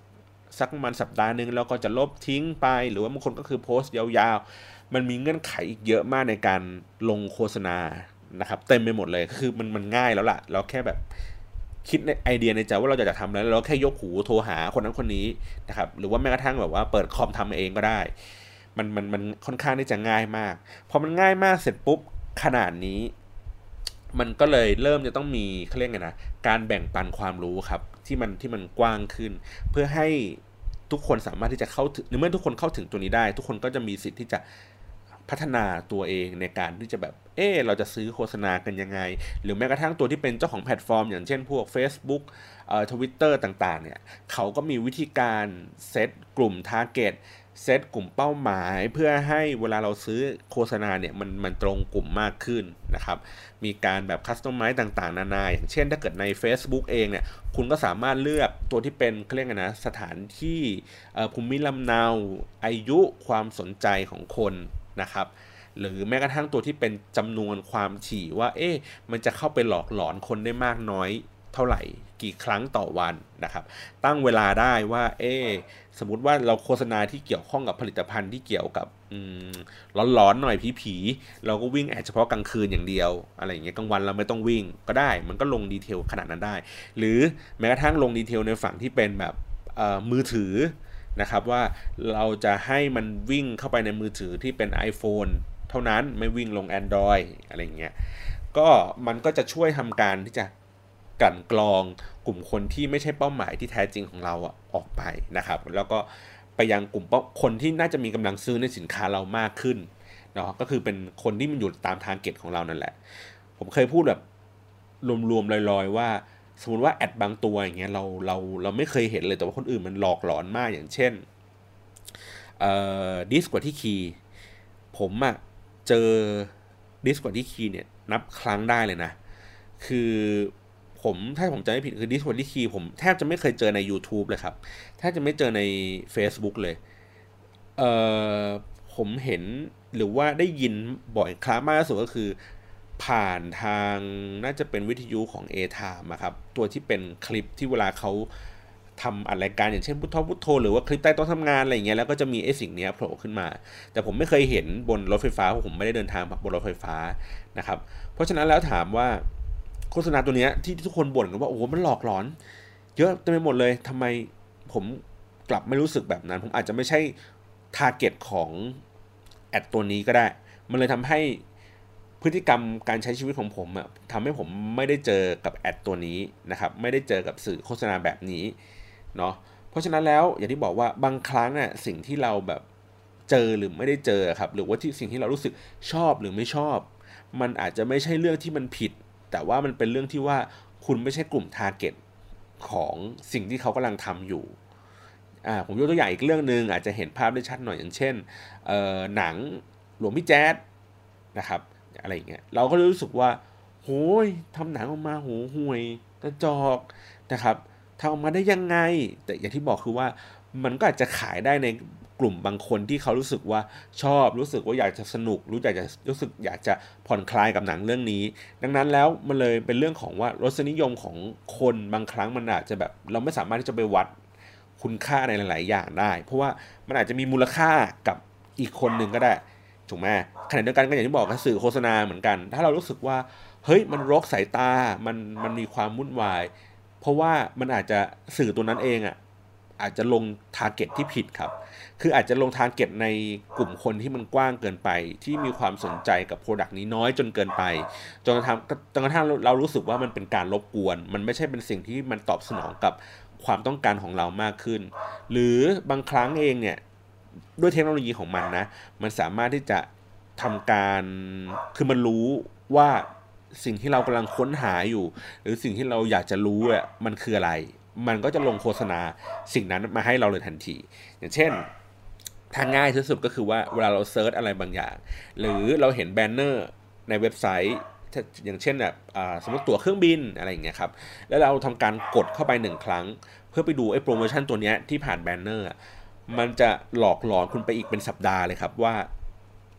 สักประมาณสัปดาห์นึงแล้วก็จะลบทิ้งไปหรือว่าบางคนก็คือโพสต์ยาวๆมันมีเงื่อนไขอีกเยอะมากในการลงโฆษณานะครับเต็มไปหมดเลยก็คือมันง่ายแล้วล่ะเราแค่แบบคิดในไอเดียในใจว่าเราจะทำอะไรเราแค่ยกหูโทรหาคนนั้นคนนี้นะครับหรือว่าแม้กระทั่งแบบว่าเปิดคอมทำเองก็ได้มันค่อนข้างที่จะง่ายมากพอมันง่ายมากเสร็จปุ๊บขนาดนี้มันก็เลยเริ่มจะต้องมีเขาเรียกไงนะการแบ่งปันความรู้ครับที่มันกว้างขึ้นเพื่อให้ทุกคนสามารถที่จะเข้าถึงเมื่อทุกคนเข้าถึงตัวนี้ได้ทุกคนก็จะมีสิทธิ์ที่จะพัฒนาตัวเองในการที่จะแบบเราจะซื้อโฆษณากันยังไงหรือแม้กระทั่งตัวที่เป็นเจ้าของแพลตฟอร์มอย่างเช่นพวก Facebook Twitter ต่างๆเนี่ยเขาก็มีวิธีการเซตกลุ่ม Target เซตกลุ่มเป้าหมายเพื่อให้เวลาเราซื้อโฆษณาเนี่ยมันตรงกลุ่มมากขึ้นนะครับมีการแบบคัสตอมไมซ์ต่างๆนานาอย่างเช่นถ้าเกิดใน Facebook เองเนี่ยคุณก็สามารถเลือกตัวที่เป็นเรียกนะสถานที่ภูมิลำเนาอายุความสนใจของคนนะครับหรือแม้กระทั่งตัวที่เป็นจำนวนความถี่ว่ามันจะเข้าไปหลอกหลอนคนได้มากน้อยเท่าไหร่กี่ครั้งต่อวันนะครับตั้งเวลาได้ว่าสมมุติว่าเราโฆษณาที่เกี่ยวข้องกับผลิตภัณฑ์ที่เกี่ยวกับร้อนๆหน่อยผีๆเราก็วิ่งแอดเฉพาะกลางคืนอย่างเดียวอะไรอย่างเงี้ยกลางวันเราไม่ต้องวิ่งก็ได้มันก็ลงดีเทลขนาดนั้นได้หรือแม้กระทั่งลงดีเทลในฝั่งที่เป็นแบบมือถือนะครับว่าเราจะให้มันวิ่งเข้าไปในมือถือที่เป็น iPhone เท่านั้นไม่วิ่งลง Android อะไรอย่างเงี้ยก็มันก็จะช่วยทำการที่จะกลั่นกรองกลุ่มคนที่ไม่ใช่เป้าหมายที่แท้จริงของเราออกไปนะครับแล้วก็ไปยังกลุ่มคนที่น่าจะมีกำลังซื้อในสินค้าเรามากขึ้นเนาะก็คือเป็นคนที่มันอยู่ตามทาร์เก็ตของเรานั่นแหละผมเคยพูดแบบรวมๆลอยๆว่าสมมติว่าแอดบางตัวอย่างเงี้ยเราไม่เคยเห็นเลยแต่ว่าคนอื่นมันหลอกหลอนมากอย่างเช่นดิสกว่าที่คีย์ผมเจอดิสกว่าที่คีย์เนี่ยนับครั้งได้เลยนะคือถ้าผมจำไม่ผิดคือดิสกว่าที่คีย์ผมแทบจะไม่เคยเจอใน YouTube เลยครับแทบจะไม่เจอใน Facebook เลยเอ่อผมเห็นหรือว่าได้ยินบ่อยครั้งมากที่สุดก็คือผ่านทางน่าจะเป็นวิทยุของ A-Time ครับตัวที่เป็นคลิปที่เวลาเขาทำอัดรายการอย่างเช่นพุทโธหรือว่าคลิปใต้โต๊ะทำงานอะไรอย่างเงี้ยแล้วก็จะมีสิ่งนี้โผล่ขึ้นมาแต่ผมไม่เคยเห็นบนรถไฟฟ้าเพราะผมไม่ได้เดินทางบนรถไฟฟ้านะครับเพราะฉะนั้นแล้วถามว่าโฆษณาตัวนี้ที่ทุกคนบ่นกันว่าโอ้มันหลอกหลอนเยอะเต็มไปหมดเลยทำไมผมกลับไม่รู้สึกแบบนั้นผมอาจจะไม่ใช่ทาร์เก็ตของแอดตัวนี้ก็ได้มันเลยทำให้พฤติกรรมการใช้ชีวิตของผมทำให้ผมไม่ได้เจอกับแอดตัวนี้นะครับไม่ได้เจอกับสื่อโฆษณาแบบนี้เนาะเพราะฉะนั้นแล้วอย่างที่บอกว่าบางครั้งสิ่งที่เราแบบเจอหรือไม่ได้เจอครับหรือว่าสิ่งที่เรารู้สึกชอบหรือไม่ชอบมันอาจจะไม่ใช่เรื่องที่มันผิดแต่ว่ามันเป็นเรื่องที่ว่าคุณไม่ใช่กลุ่มทาร์เก็ตของสิ่งที่เขากำลังทำอยู่ผมยกตัวอย่างอีกเรื่องนึงอาจจะเห็นภาพได้ชัดหน่อยอย่างเช่นหนังหลวงพี่แจ๊ดนะครับอะไรอย่างเงี้ยเราก็รู้สึกว่าโหยทำหนังออกมาโหห่วยกระจอกนะครับทำออกมาได้ยังไงแต่อย่างที่บอกคือว่ามันก็อาจจะขายได้ในกลุ่มบางคนที่เขารู้สึกว่าชอบรู้สึกว่าอยากจะสนุกรู้สึกอยากจะผ่อนคลายกับหนังเรื่องนี้ดังนั้นแล้วมันเลยเป็นเรื่องของว่ารสนิยมของคนบางครั้งมันอาจจะแบบเราไม่สามารถที่จะไปวัดคุณค่าในหลายๆอย่างได้เพราะว่ามันอาจจะมีมูลค่ากับอีกคนหนึ่งก็ได้ถูกไหมขณะเดียวกันก็อย่างที่บอกกับสื่อโฆษณาเหมือนกันถ้าเรารู้สึกว่าเฮ้ยมันรกสายตามันมีความวุ่นวายเพราะว่ามันอาจจะสื่อตัวนั้นเองอาจจะลงทาร์เก็ตที่ผิดครับคืออาจจะลงทาร์เก็ตในกลุ่มคนที่มันกว้างเกินไปที่มีความสนใจกับโปรดักต์นี้น้อยจนเกินไปจนกระทั่งเรารู้สึกว่ามันเป็นการรบกวนมันไม่ใช่เป็นสิ่งที่มันตอบสนองกับความต้องการของเรามากขึ้นหรือบางครั้งเองเนี่ยด้วยเทคโนโลยีของมันนะมันสามารถที่จะทำการคือมันรู้ว่าสิ่งที่เรากำลังค้นหาอยู่หรือสิ่งที่เราอยากจะรู้มันคืออะไรมันก็จะลงโฆษณาสิ่งนั้นมาให้เราเลยทันทีอย่างเช่นทางง่ายที่สุดก็คือว่าเวลาเราเซิร์ชอะไรบางอย่างหรือเราเห็นแบนเนอร์ในเว็บไซต์อย่างเช่นแบบสมมติตั๋วเครื่องบินอะไรอย่างเงี้ยครับแล้วเราทำการกดเข้าไป1ครั้งเพื่อไปดูไอ้โปรโมชั่นตัวเนี้ยที่ผ่านแบนเนอร์มันจะหลอกหลอนคุณไปอีกเป็นสัปดาห์เลยครับว่า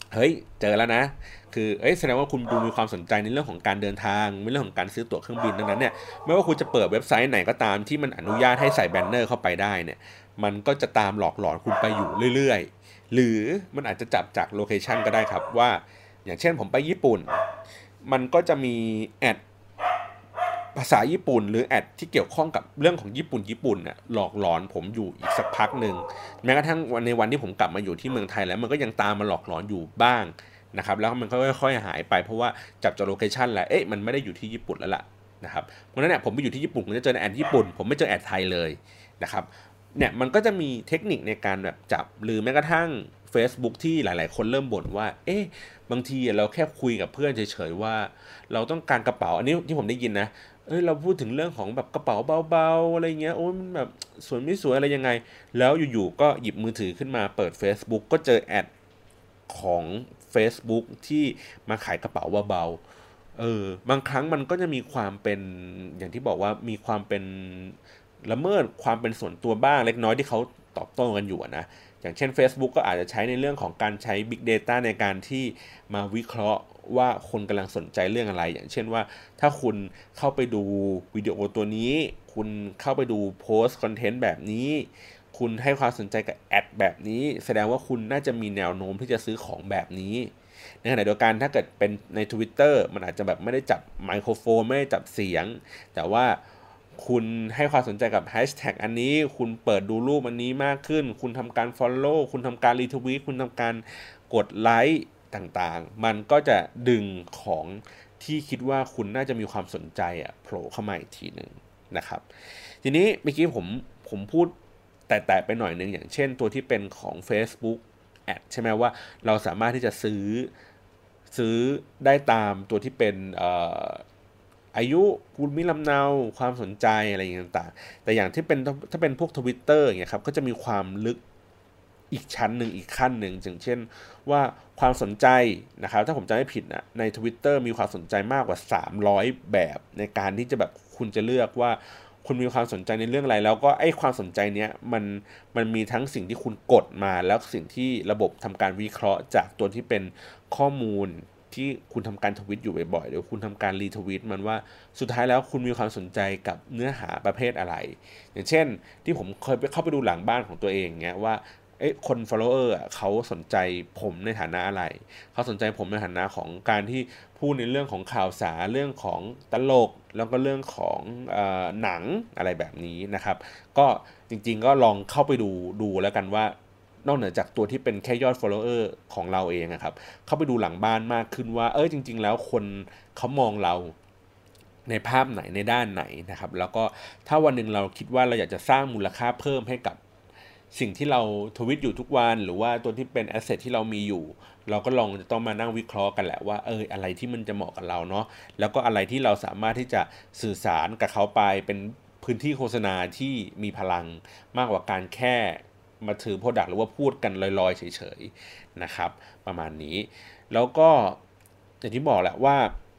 เฮ้ยเจอแล้วนะคือแสดงว่าคุณดูมีความสนใจในเรื่องของการเดินทางในเรื่องของการซื้อตั๋วเครื่องบินดังนั้นเนี่ยไม่ว่าคุณจะเปิดเว็บไซต์ไหนก็ตามที่มันอนุญาตให้ใส่แบนเนอร์เข้าไปได้เนี่ยมันก็จะตามหลอกหลอนคุณไปอยู่เรื่อยๆหรือมันอาจจะจับจากโลเคชันก็ได้ครับว่าอย่างเช่นผมไปญี่ปุ่นมันก็จะมีแอดภาษาญี่ปุ่นหรือแอดที่เกี่ยวข้องกับเรื่องของญี่ปุ่นน่ะหลอกหลอนผมอยู่อีกสักพักหนึ่งแม้กระทั่งวันที่ผมกลับมาอยู่ที่เมืองไทยแล้วมันก็ยังตามมาหลอกหลอนอยู่บ้างนะครับแล้วมันก็ค่อยๆหายไปเพราะว่าจับจากโลเคชันแล้วมันไม่ได้อยู่ที่ญี่ปุ่นแล้วล่ะนะครับเพราะฉะนั้นเนี่ยผมไปอยู่ที่ญี่ปุ่นผมจะเจอแอดญี่ปุ่นผมไม่เจอแอดไทยเลยนะครับเนี่ยมันก็จะมีเทคนิคในการแบบจับหรือแม้กระทั่ง Facebook ที่หลายๆคนเริ่มบ่นว่าบางทีเราแค่คุยกับเพื่อนเฉยๆว่าเราต้องการกระเป๋าอันนี้ที่ผมได้ยินนะเราพูดถึงเรื่องของแบบกระเป๋าเบาๆอะไรเงี้ยโอ้ยมันแบบสวยไม่สวยอะไรยังไงแล้วอยู่ๆก็หยิบมือถือขึ้นมาเปิด Facebook ก็เจอแอดของ Facebook ที่มาขายกระเป๋าเบาๆบางครั้งมันก็จะมีความเป็นอย่างที่บอกว่ามีความเป็นละเมิดความเป็นส่วนตัวบ้างเล็กน้อยที่เขาตอบโต้กันอยู่นะอย่างเช่น Facebook ก็อาจจะใช้ในเรื่องของการใช้ Big Data ในการที่มาวิเคราะห์ว่าคนกำลังสนใจเรื่องอะไรอย่างเช่นว่าถ้าคุณเข้าไปดูวิดีโอตัวนี้คุณเข้าไปดูโพสต์คอนเทนต์แบบนี้คุณให้ความสนใจกับแอดแบบนี้แสดงว่าคุณน่าจะมีแนวโน้มที่จะซื้อของแบบนี้ในขณะเดียวกันถ้าเกิดเป็นใน Twitter มันอาจจะแบบไม่ได้จับไมโครโฟนไม่ได้จับเสียงแต่ว่าคุณให้ความสนใจกับแฮชแท็กอันนี้คุณเปิดดูรูปอันนี้มากขึ้นคุณทำการ Follow คุณทำการรีทวีตคุณทำการกดไลค์ต่างๆมันก็จะดึงของที่คิดว่าคุณน่าจะมีความสนใจโผล่เข้ามาอีกทีหนึ่งนะครับทีนี้เมื่อกี้ผมพูดแต่ไปหน่อยนึงอย่างเช่นตัวที่เป็นของ Facebook แอดใช่ไหมว่าเราสามารถที่จะซื้อได้ตามตัวที่เป็นอายุภูมิลำเนาความสนใจอะไรอย่างต่างๆแต่อย่างที่เป็นถ้าเป็นพวก Twitter อย่างเงี้ยครับก็จะมีความลึกอีกชั้นหนึ่งอีกขั้นหนึ่งอย่างเช่นว่าความสนใจนะครับถ้าผมจำไม่ผิดนะใน Twitter มีความสนใจมากกว่า300แบบในการที่จะแบบคุณจะเลือกว่าคุณมีความสนใจในเรื่องอะไรแล้วก็ความสนใจเนี้ยมันมีทั้งสิ่งที่คุณกดมาแล้วสิ่งที่ระบบทำการวิเคราะห์จากตัวที่เป็นข้อมูลที่คุณทำการทวิตอยู่บ่อยๆหรือคุณทำการรีทวิตมันว่าสุดท้ายแล้วคุณมีความสนใจกับเนื้อหาประเภทอะไรอย่างเช่นที่ผมเคยไปเข้าไปดูหลังบ้านของตัวเองเงี้ยว่าคน follower เขาสนใจผมในฐานะอะไรเขาสนใจผมในฐานะของการที่พูดในเรื่องของข่าวสารเรื่องของตลกแล้วก็เรื่องของหนังอะไรแบบนี้นะครับก็จริงๆก็ลองเข้าไปดูแล้วกันว่านอกเหนือจากตัวที่เป็นแค่ยอด follower ของเราเองครับเข้าไปดูหลังบ้านมากขึ้นว่าจริงๆแล้วคนเขามองเราในภาพไหนในด้านไหนนะครับแล้วก็ถ้าวันหนึ่งเราคิดว่าเราอยากจะสร้างมูลค่าเพิ่มให้กับสิ่งที่เราทวิตอยู่ทุกวันหรือว่าตัวที่เป็นแอสเซทที่เรามีอยู่เราก็ลองจะต้องมานั่งวิเคราะห์กันแหละว่าอะไรที่มันจะเหมาะกับเราเนาะแล้วก็อะไรที่เราสามารถที่จะสื่อสารกับเขาไปเป็นพื้นที่โฆษณาที่มีพลังมากกว่าการแค่มาถือโปรดักต์หรือว่าพูดกันลอยๆเฉยๆนะครับประมาณนี้แล้วก็อย่างที่บอกแหละว่า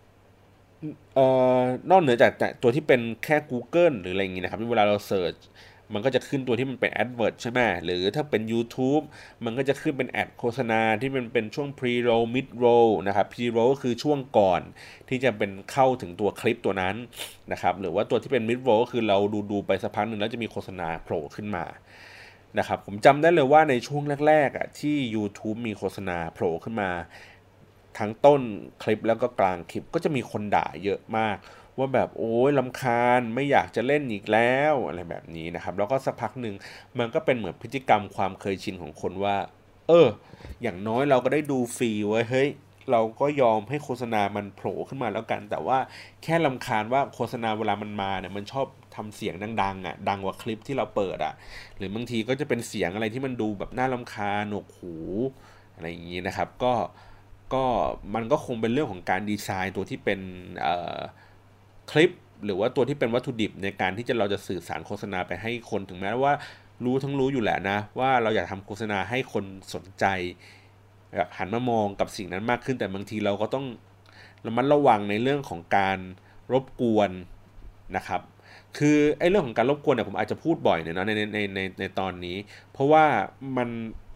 นอกเหนือจากตัวที่เป็นแค่ Google หรืออะไรอย่างงี้นะครับเวลาเราเสิร์ชมันก็จะขึ้นตัวที่มันเป็น Advert ใช่ไหมหรือถ้าเป็น YouTube มันก็จะขึ้นเป็นแอดโฆษณาที่มันเป็นช่วง Pre-roll Mid-roll นะครับ Pre-roll ก็คือช่วงก่อนที่จะเป็นเข้าถึงตัวคลิปตัวนั้นนะครับหรือว่าตัวที่เป็น Mid-roll ก็คือเราดูไปสักพักหนึ่งแล้วจะมีโฆษณาโผล่ขึ้นมานะครับผมจำได้เลยว่าในช่วงแรกๆที่ YouTube มีโฆษณาโผล่ขึ้นมา ทั้งต้นคลิปแล้วก็กลางคลิปก็จะมีคนด่าเยอะมากว่าแบบโอ้ยรำคาญไม่อยากจะเล่นอีกแล้วอะไรแบบนี้นะครับแล้วก็สักพักหนึ่งมันก็เป็นเหมือนพฤติกรรมความเคยชินของคนว่าอย่างน้อยเราก็ได้ดูฟรีไว้เฮ้ยเราก็ยอมให้โฆษณามันโผล่ขึ้นมาแล้วกันแต่ว่าแค่รำคาญว่าโฆษณาเวลามันมาเนี่ยมันชอบทำเสียงดังๆดังกว่าคลิปที่เราเปิดหรือบางทีก็จะเป็นเสียงอะไรที่มันดูแบบน่ารำคาญหนวกหูอะไรอย่างนี้นะครับก็มันก็คงเป็นเรื่องของการดีไซน์ตัวที่เป็นคลิปหรือว่าตัวที่เป็นวัตถุดิบในการที่เราจะสื่อสารโฆษณาไปให้คนถึงแม้ว่ารู้อยู่แหละนะว่าเราอยากทำโฆษณาให้คนสนใจหันมามองกับสิ่งนั้นมากขึ้นแต่บางทีเราก็ต้องระมัดระวังในเรื่องของการรบกวนนะครับคือเรื่องของการรบกวนเนี่ยผมอาจจะพูดบ่อยเนี่ยนะในตอนนี้เพราะว่ามัน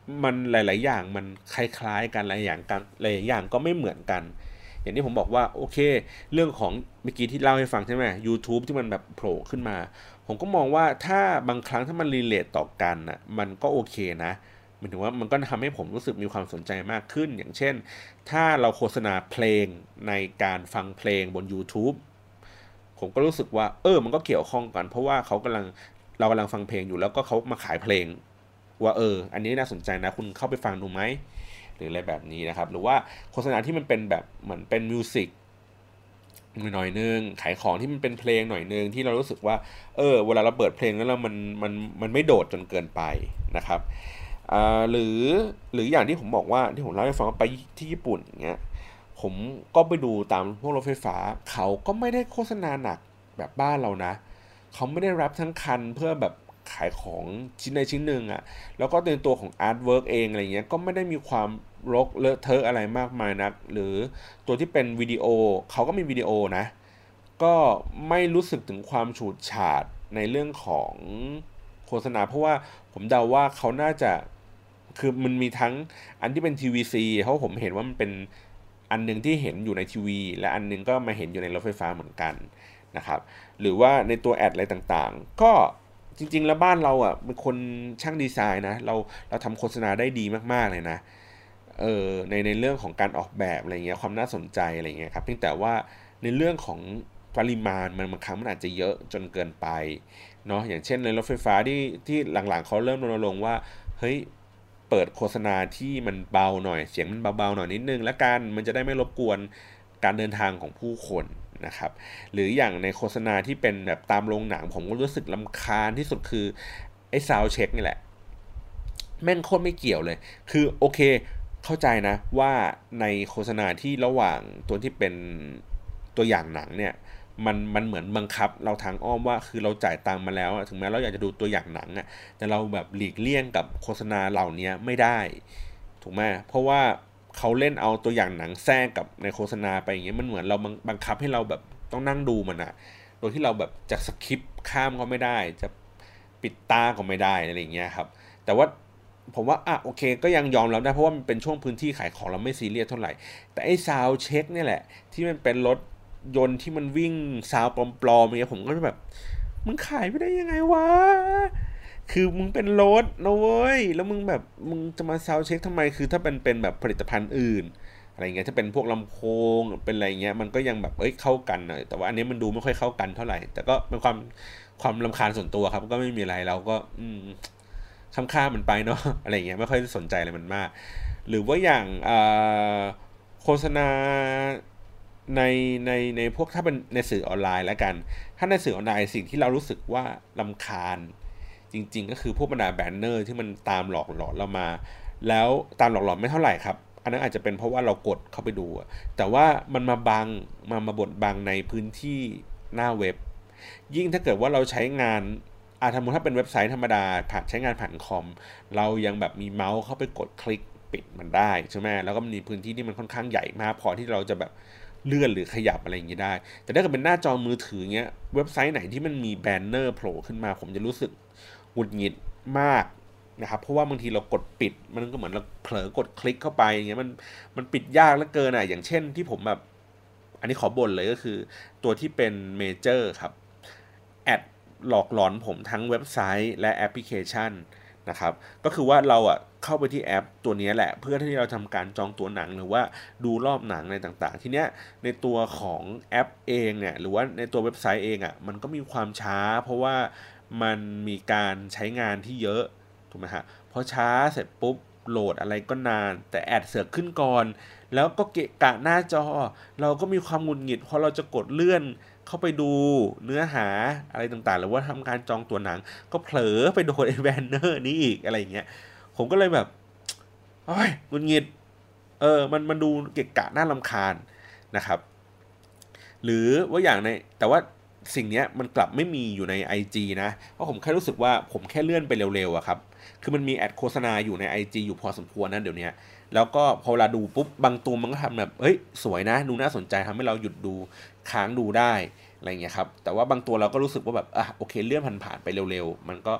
มันหลายๆอย่างมันคล้ายๆกันหลายอย่างก็ไม่เหมือนกันอย่างที่ผมบอกว่าโอเคเรื่องของเมื่อกี้ที่เล่าให้ฟังใช่ไหม YouTube ที่มันแบบโผล่ขึ้นมาผมก็มองว่าถ้าบางครั้งถ้ามันรีเลทต่อกันอ่ะมันก็โอเคนะหมายถึงว่ามันก็ทำให้ผมรู้สึกมีความสนใจมากขึ้นอย่างเช่นถ้าเราโฆษณาเพลงในการฟังเพลงบน YouTube ผมก็รู้สึกว่ามันก็เกี่ยวข้องกันเพราะว่าเรากำลังฟังเพลงอยู่แล้วก็เขามาขายเพลงว่าอันนี้น่าสนใจนะคุณเข้าไปฟังดูไหมหรืออะไรแบบนี้นะครับหรือว่าโฆษณาที่มันเป็นแบบเหมือนเป็นมิวสิกหน่อยนึงขายของที่มันเป็นเพลงหน่อยนึงที่เรารู้สึกว่าเวลาเราเปิดเพลงแล้วมันไม่โดดจนเกินไปนะครับหรืออย่างที่ผมบอกว่าที่ผมเล่าให้ฟังว่าไปที่ญี่ปุ่นอย่างเงี้ยผมก็ไปดูตามพวกรถไฟฟ้าเขาก็ไม่ได้โฆษณาหนักแบบบ้านเรานะเขาไม่ได้รับทั้งคันเพื่อแบบขายของชิ้นใดชิ้นหนึ่งอะแล้วก็ในตัวของอาร์ตเวิร์กเองอะไรเงี้ยก็ไม่ได้มีความรกเลอะเทอะอะไรมากมายนักหรือตัวที่เป็นวิดีโอเขาก็มีวิดีโอนะก็ไม่รู้สึกถึงความฉูดฉาดในเรื่องของโฆษณาเพราะว่าผมเดาว่าเขาน่าจะคือมันมีทั้งอันที่เป็นทีวีซีเพราะผมเห็นว่ามันเป็นอันหนึงที่เห็นอยู่ในทีวีและอันหนึงก็มาเห็นอยู่ในรถไฟฟ้าเหมือนกันนะครับหรือว่าในตัวแอดอะไรต่างๆก็จริงๆแล้วบ้านเราอ่ะเป็นคนช่างดีไซน์นะเราทำโฆษณาได้ดีมากๆเลยนะในเรื่องของการออกแบบอะไรเงี้ยความน่าสนใจอะไรเงี้ยครับเพียงแต่ว่าในเรื่องของปริมาณมันบางครั้งมันอาจจะเยอะจนเกินไปเนาะอย่างเช่นในรถไฟฟ้าที่หลังๆเขาเริ่มรณรงค์ว่าเฮ้ยเปิดโฆษณาที่มันเบาหน่อยเสียงมันเบาๆหน่อยนิดนึงแล้วกันมันจะได้ไม่รบกวนการเดินทางของผู้คนนะครับหรืออย่างในโฆษณาที่เป็นแบบตามโรงหนังผมก็รู้สึกรำคาญที่สุดคือไอ้ซาวด์เช็คนี่แหละ แม่งโคตรไม่เกี่ยวเลย คือโอเคเข้าใจนะว่าในโฆษณาที่ระหว่างตัวที่เป็นตัวอย่างหนังเนี่ยมันเหมือนบังคับเราทางอ้อมว่าคือเราจ่ายตังค์มาแล้วถึงแม้เราอยากจะดูตัวอย่างหนังอะแต่เราแบบหลีกเลี่ยงกับโฆษณาเหล่านี้ไม่ได้ถูกไหมเพราะว่าเขาเล่นเอาตัวอย่างหนังแทรกกับในโฆษณาไปอย่างเงี้ยมันเหมือนเราบังคับให้เราแบบต้องนั่งดูมันอะโดยที่เราแบบจะสคิปข้ามก็ไม่ได้จะปิดตาก็ไม่ได้อะไรอย่างเงี้ยครับแต่ว่า ผมว่าโอเคก็ยังยอมรับได้เพราะว่ามันเป็นช่วงพื้นที่ขายของเราไม่ซีเรียสเท่าไหร่แต่ไอ้ซาวเช็คเนี่ยแหละที่มันเป็นรถยนต์ที่มันวิ่งซาวปลอมๆอย่างเงี้ยผมก็แบบมึงขายไม่ได้ยังไงวะคือมึงเป็นรถนะเว้ยแล้วมึงจะมาซาวเช็คทำไมคือถ้าเป็นแบบผลิตภัณฑ์อื่นอะไรเงี้ยถ้าเป็นพวกลำโพงเป็นอะไรเงี้ยมันก็ยังแบบเข้ากันหน่อยแต่ว่าอันนี้มันดูไม่ค่อยเข้ากันเท่าไหร่แต่ก็เป็นความรำคาญส่วนตัวครับก็ไม่มีอะไรเราก็ข้ามมันไปเนาะอะไรเงี้ยไม่ค่อยสนใจอะไรมันมากหรือว่าอย่างโฆษณาในในพวกถ้าเป็นในสื่อออนไลน์แล้วกันถ้าในสื่อออนไลน์สิ่งที่เรารู้สึกว่าลำคาญจริงๆก็คือพวกบรรดาแบนเนอร์ที่มันตามหลอกหลอนเรามาแล้วตามหลอกหลอนไม่เท่าไหร่ครับอันนั้นอาจจะเป็นเพราะว่าเรากดเข้าไปดูแต่ว่ามันมาบดบังในพื้นที่หน้าเว็บยิ่งถ้าเกิดว่าเราใช้งาน สมมติถ้าเป็นเว็บไซต์ธรรมดาใช้งานผ่านคอมเรายังแบบมีเมาส์เข้าไปกดคลิกปิดมันได้ใช่ไหมแล้วก็มีพื้นที่ที่มันค่อนข้างใหญ่มากพอที่เราจะแบบเลื่อนหรือขยับอะไรอย่างนี้ได้แต่ถ้าเกิดเป็นหน้าจอมือถือเงี้ยเว็บไซต์ไหนที่มันมีแบนเนอร์โผล่ขึ้นมาผมจะรู้สึกหงุดหงิดมากนะครับเพราะว่าบางทีเรากดปิดมันก็เหมือนเราเผลอกดคลิกเข้าไปอย่างเงี้ยมันปิดยากเหลือเกินอย่างเช่นที่ผมแบบอันนี้ขอบ่นเลยก็คือตัวที่เป็นเมเจอร์ครับ แอดหลอกหลอนผมทั้งเว็บไซต์และแอปพลิเคชันนะครับก็คือว่าเราเข้าไปที่แอปตัวนี้แหละเพื่อที่เราทำการจองตั๋วหนังหรือว่าดูรอบหนังอะไรต่างๆทีเนี้ยในตัวของแอปเองเนี่ยหรือว่าในตัวเว็บไซต์เองมันก็มีความช้าเพราะว่ามันมีการใช้งานที่เยอะถูกไหมฮะพอช้าเสร็จปุ๊บโหลดอะไรก็นานแต่แอดเสือกขึ้นก่อนแล้วก็เกะกะหน้าจอเราก็มีความหงุดหงิดเพราะเราจะกดเลื่อน เข้าไปดูเนื้อหาอะไรต่างๆหรือว่าทำการจองตั๋วหนังก็เผลอไปโดนไอ้แบนเนอร์นี้อีกอะไรอย่างเงี้ยผมก็เลยแบบโอ้ยหงุดหงิดมันดูเกะกะน่ารำคาญนะครับหรือว่าอย่างในแต่ว่าสิ่งเนี้ยมันกลับไม่มีอยู่ใน IG นะเพราะผมแค่รู้สึกว่าผมแค่เลื่อนไปเร็วๆอะครับคือมันมีแอดโฆษณาอยู่ใน IG อยู่พอสมควรนะเดี๋ยวนี้แล้วก็พอเวลาดูปุ๊บบางตัวมันก็ทำแบบเฮ้ยสวยนะดูน่าสนใจทำให้เราหยุดดูค้างดูได้อะไรเงี้ยครับแต่ว่าบางตัวเราก็รู้สึกว่าแบบโอเคเลื่อนผ่านๆไปเร็วๆมันก็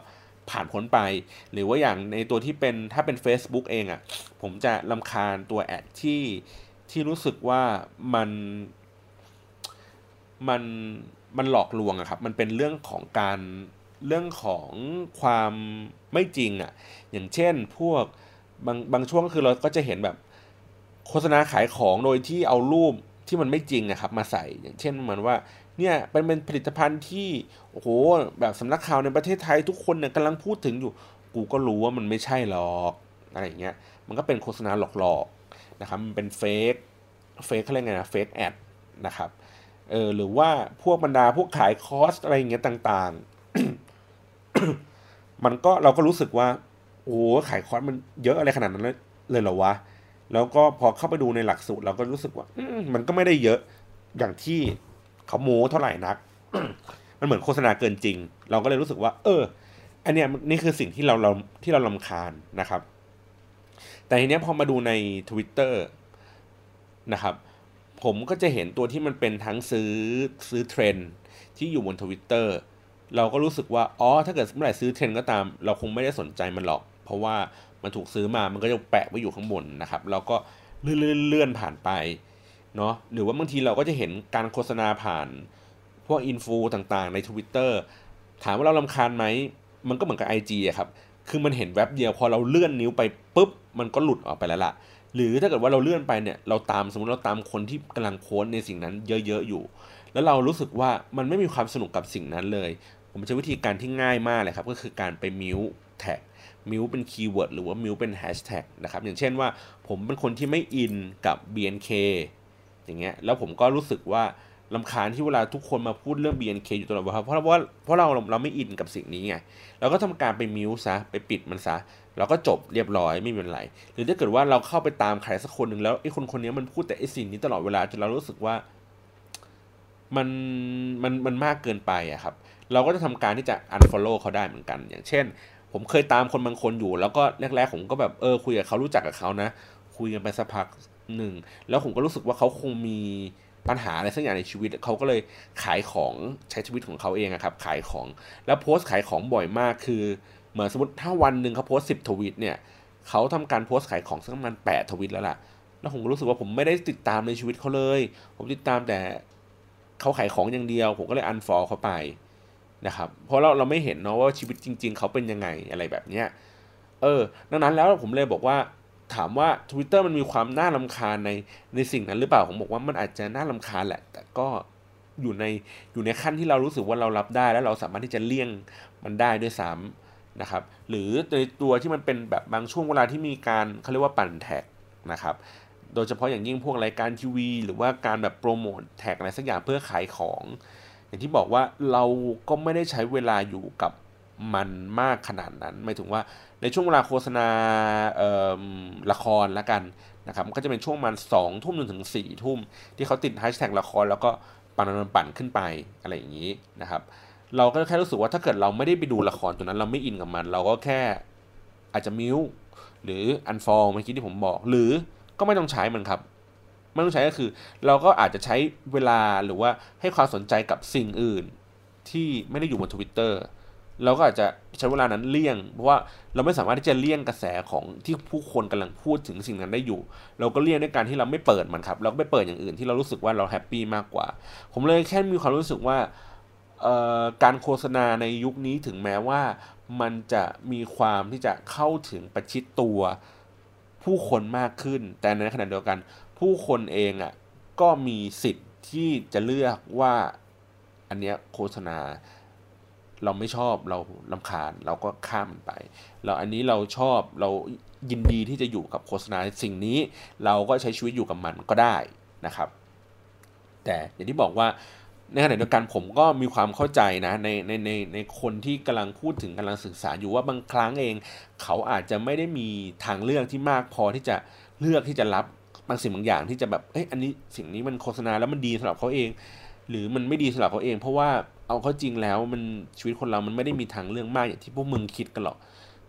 ผ่านพ้นไปหรือว่าอย่างในตัวที่เป็นถ้าเป็น Facebook เองอ่ะผมจะรำคาญตัวแอดที่รู้สึกว่ามันมันมันหลอกลวงอะครับมันเป็นเรื่องของเรื่องของความไม่จริงอ่ะอย่างเช่นพวกบางช่วงคือเราก็จะเห็นแบบโฆษณาขายของโดยที่เอารูปที่มันไม่จริงนะครับมาใส่อย่างเช่นเหมือนว่าเนี่ยเป็นผลิตภัณฑ์ที่โอ้โหแบบสำนักข่าวในประเทศไทยทุกคนเนี่ยกำลังพูดถึงอยู่กูก็รู้ว่ามันไม่ใช่หรอกอะไรอย่างเงี้ยมันก็เป็นโฆษณาหลอกๆนะครับมันเป็นเฟกเขาเรียกไงนะเฟกแอดนะครับหรือว่าพวกบรรดาพวกขายคอร์สอะไรอย่างเงี้ยต่างๆมันก็เราก็รู้สึกว่าโอ้ขายคอร์สมันเยอะอะไรขนาดนั้นเลยเหรอวะแล้วก็พอเข้าไปดูในหลักสูตรเราก็รู้สึกว่ามันก็ไม่ได้เยอะอย่างที่เขาโม้เท่าไหร่นักมันเหมือนโฆษณาเกินจริงเราก็เลยรู้สึกว่าอันเนี้ยนี่คือสิ่งที่เรารำคาญนะครับแต่ทีเนี้ยพอมาดูใน Twitter นะครับผมก็จะเห็นตัวที่มันเป็นทั้งซื้อเทรนด์ที่อยู่บน Twitter เราก็รู้สึกว่าถ้าเกิดเมื่อไหร่ซื้อเทรนด์ก็ตามเราคงไม่ได้สนใจมันหรอกเพราะว่ามันถูกซื้อมามันก็จะแปะไว้อยู่ข้างบนนะครับเราก็เลื่อนผ่านไปเนาะหรือว่าบางทีเราก็จะเห็นการโฆษณาผ่านพวกอินฟูต่างๆใน Twitter ถามว่าเรารำคาญไหมมันก็เหมือนกับ IG อะครับคือมันเห็นแว็บเดียวพอเราเลื่อนนิ้วไปปุ๊บมันก็หลุดออกไปแล้วล่ะ หรือถ้าเกิดว่าเราเลื่อนไปเนี่ยสมมติเราตามคนที่กำลังโพสในสิ่งนั้นเยอะๆอยู่แล้วเรารู้สึกว่ามันไม่มีความสนุกกับสิ่งนั้นเลยผมใช้วิธีการที่ง่ายมากเลยครับก็คือการไปมิวแท็กมิวเป็นคีย์เวิร์ดหรือว่ามิวเป็นแฮชแท็กนะครับอย่างเช่นว่าผมเป็นคนที่ไม่อินกับ BNK อย่างเงี้ยแล้วผมก็รู้สึกว่ารำคาญที่เวลาทุกคนมาพูดเรื่อง BNK อยู่ตลอดเวลาเพราะเราไม่อินกับสิ่งนี้ไงเราก็ทำการไปมิวซะไปปิดมันซะเราก็จบเรียบร้อยไม่เป็นไรหรือถ้าเกิดว่าเราเข้าไปตามใครสักคนหนึ่งแล้วไอ้คนนี้มันพูดแต่ไอ้สิ่งนี้ตลอดเวลาจนเรารู้สึกว่ามันมันมากเกินไปอะครับเราก็จะทำการที่จะ unfollow เขาได้เหมือนกันอย่างเช่นผมเคยตามคนบางคนอยู่แล้วก็แรกๆผมก็แบบคุยกับเขารู้จักกับเขานะคุยกันไปสักพักหนึ่งแล้วผมก็รู้สึกว่าเขาคงมีปัญหาอะไรสักอย่างในชีวิตเขาก็เลยขายของใช้ชีวิตของเขาเองอะครับขายของแล้วโพสต์ขายของบ่อยมากคือเหมือนสมมติถ้าวันหนึ่งเขาโพสต์10 ทวีตเนี่ยเขาทำการโพสต์ขายของสักประมาณ8 ทวีตแล้วล่ะแล้วผมก็รู้สึกว่าผมไม่ได้ติดตามในชีวิตเขาเลยผมติดตามแต่เขาขายของอย่างเดียวผมก็เลยอันฟอลเขาไปนะครับเพราะเราไม่เห็นเนาะว่าชีวิตจริงๆเขาเป็นยังไงอะไรแบบเนี้ยดังนั้นแล้วผมเลยบอกว่าถามว่า Twitter มันมีความน่ารำคาญในสิ่งนั้นหรือเปล่าผมบอกว่ามันอาจจะน่ารำคาญแหละแต่ก็อยู่ในอยู่ในขั้นที่เรารู้สึกว่าเรารับได้แล้วเราสามารถที่จะเลี่ยงมันได้ด้วยซ้ำนะครับหรือในตัวที่มันเป็นแบบบางช่วงเวลาที่มีการเขาเรียกว่าปั่นแท็กนะครับโดยเฉพาะอย่างยิ่งพวกรายการทีวีหรือว่าการแบบโปรโมทแท็กอะไรสักอย่างเพื่อขายของอย่างที่บอกว่าเราก็ไม่ได้ใช้เวลาอยู่กับมันมากขนาดนั้นหมายถึงว่าในช่วงเวลาโฆษณาละครละกันนะครับมันก็จะเป็นช่วงมัน2 ทุ่มจนถึง4 ทุ่มที่เขาติดแฮชแท็กละครแล้วก็ปั่นขึ้นไปอะไรอย่างนี้นะครับเราก็แค่รู้สึกว่าถ้าเกิดเราไม่ได้ไปดูละครตัวนั้นเราไม่อินกับมันเราก็แค่อาจจะมิวหรืออันฟอลเมื่อกี้ที่ผมบอกหรือก็ไม่ต้องใช้มันครับไม่ต้องใช้ก็คือเราก็อาจจะใช้เวลาหรือว่าให้ความสนใจกับสิ่งอื่นที่ไม่ได้อยู่บน Twitter เราก็อาจจะใช้เวลานั้นเลี่ยงเพราะว่าเราไม่สามารถที่จะเลี่ยงกระแสของที่ผู้คนกำลังพูดถึงสิ่งนั้นได้อยู่เราก็เลี่ยงด้วยการที่เราไม่เปิดมันครับเราก็ไปเปิดอย่างอื่นที่เรารู้สึกว่าเราแฮปปี้มากกว่าผมเลยแค่มีความรู้สึกว่าการโฆษณาในยุคนี้ถึงแม้ว่ามันจะมีความที่จะเข้าถึงประชิดตัวผู้คนมากขึ้นแต่ในขณะเดียวกันผู้คนเองอ่ะก็มีสิทธิ์ที่จะเลือกว่าอันเนี้ยโฆษณาเราไม่ชอบเรารำคาญเราก็ข้ามมันไปเราอันนี้เราชอบเรายินดีที่จะอยู่กับโฆษณาสิ่งนี้เราก็ใช้ชีวิตอยู่กับมันก็ได้นะครับแต่อย่างที่บอกว่าในขณะเดียวกันผมก็มีความเข้าใจนะในคนที่กำลังพูดถึงกำลังศึกษาอยู่ว่าบางครั้งเองเขาอาจจะไม่ได้มีทางเลือกที่มากพอที่จะเลือกที่จะรับบางสิ่งบางอย่างที่จะแบบอันนี้สิ่งนี้มันโฆษณาแล้วมันดีสำหรับเขาเองหรือมันไม่ดีสำหรับเขาเองเพราะว่าเอาเข้าจริงแล้วมันชีวิตคนเรามันไม่ได้มีทางเลือกมากอย่างที่พวกมึงคิดกันหรอก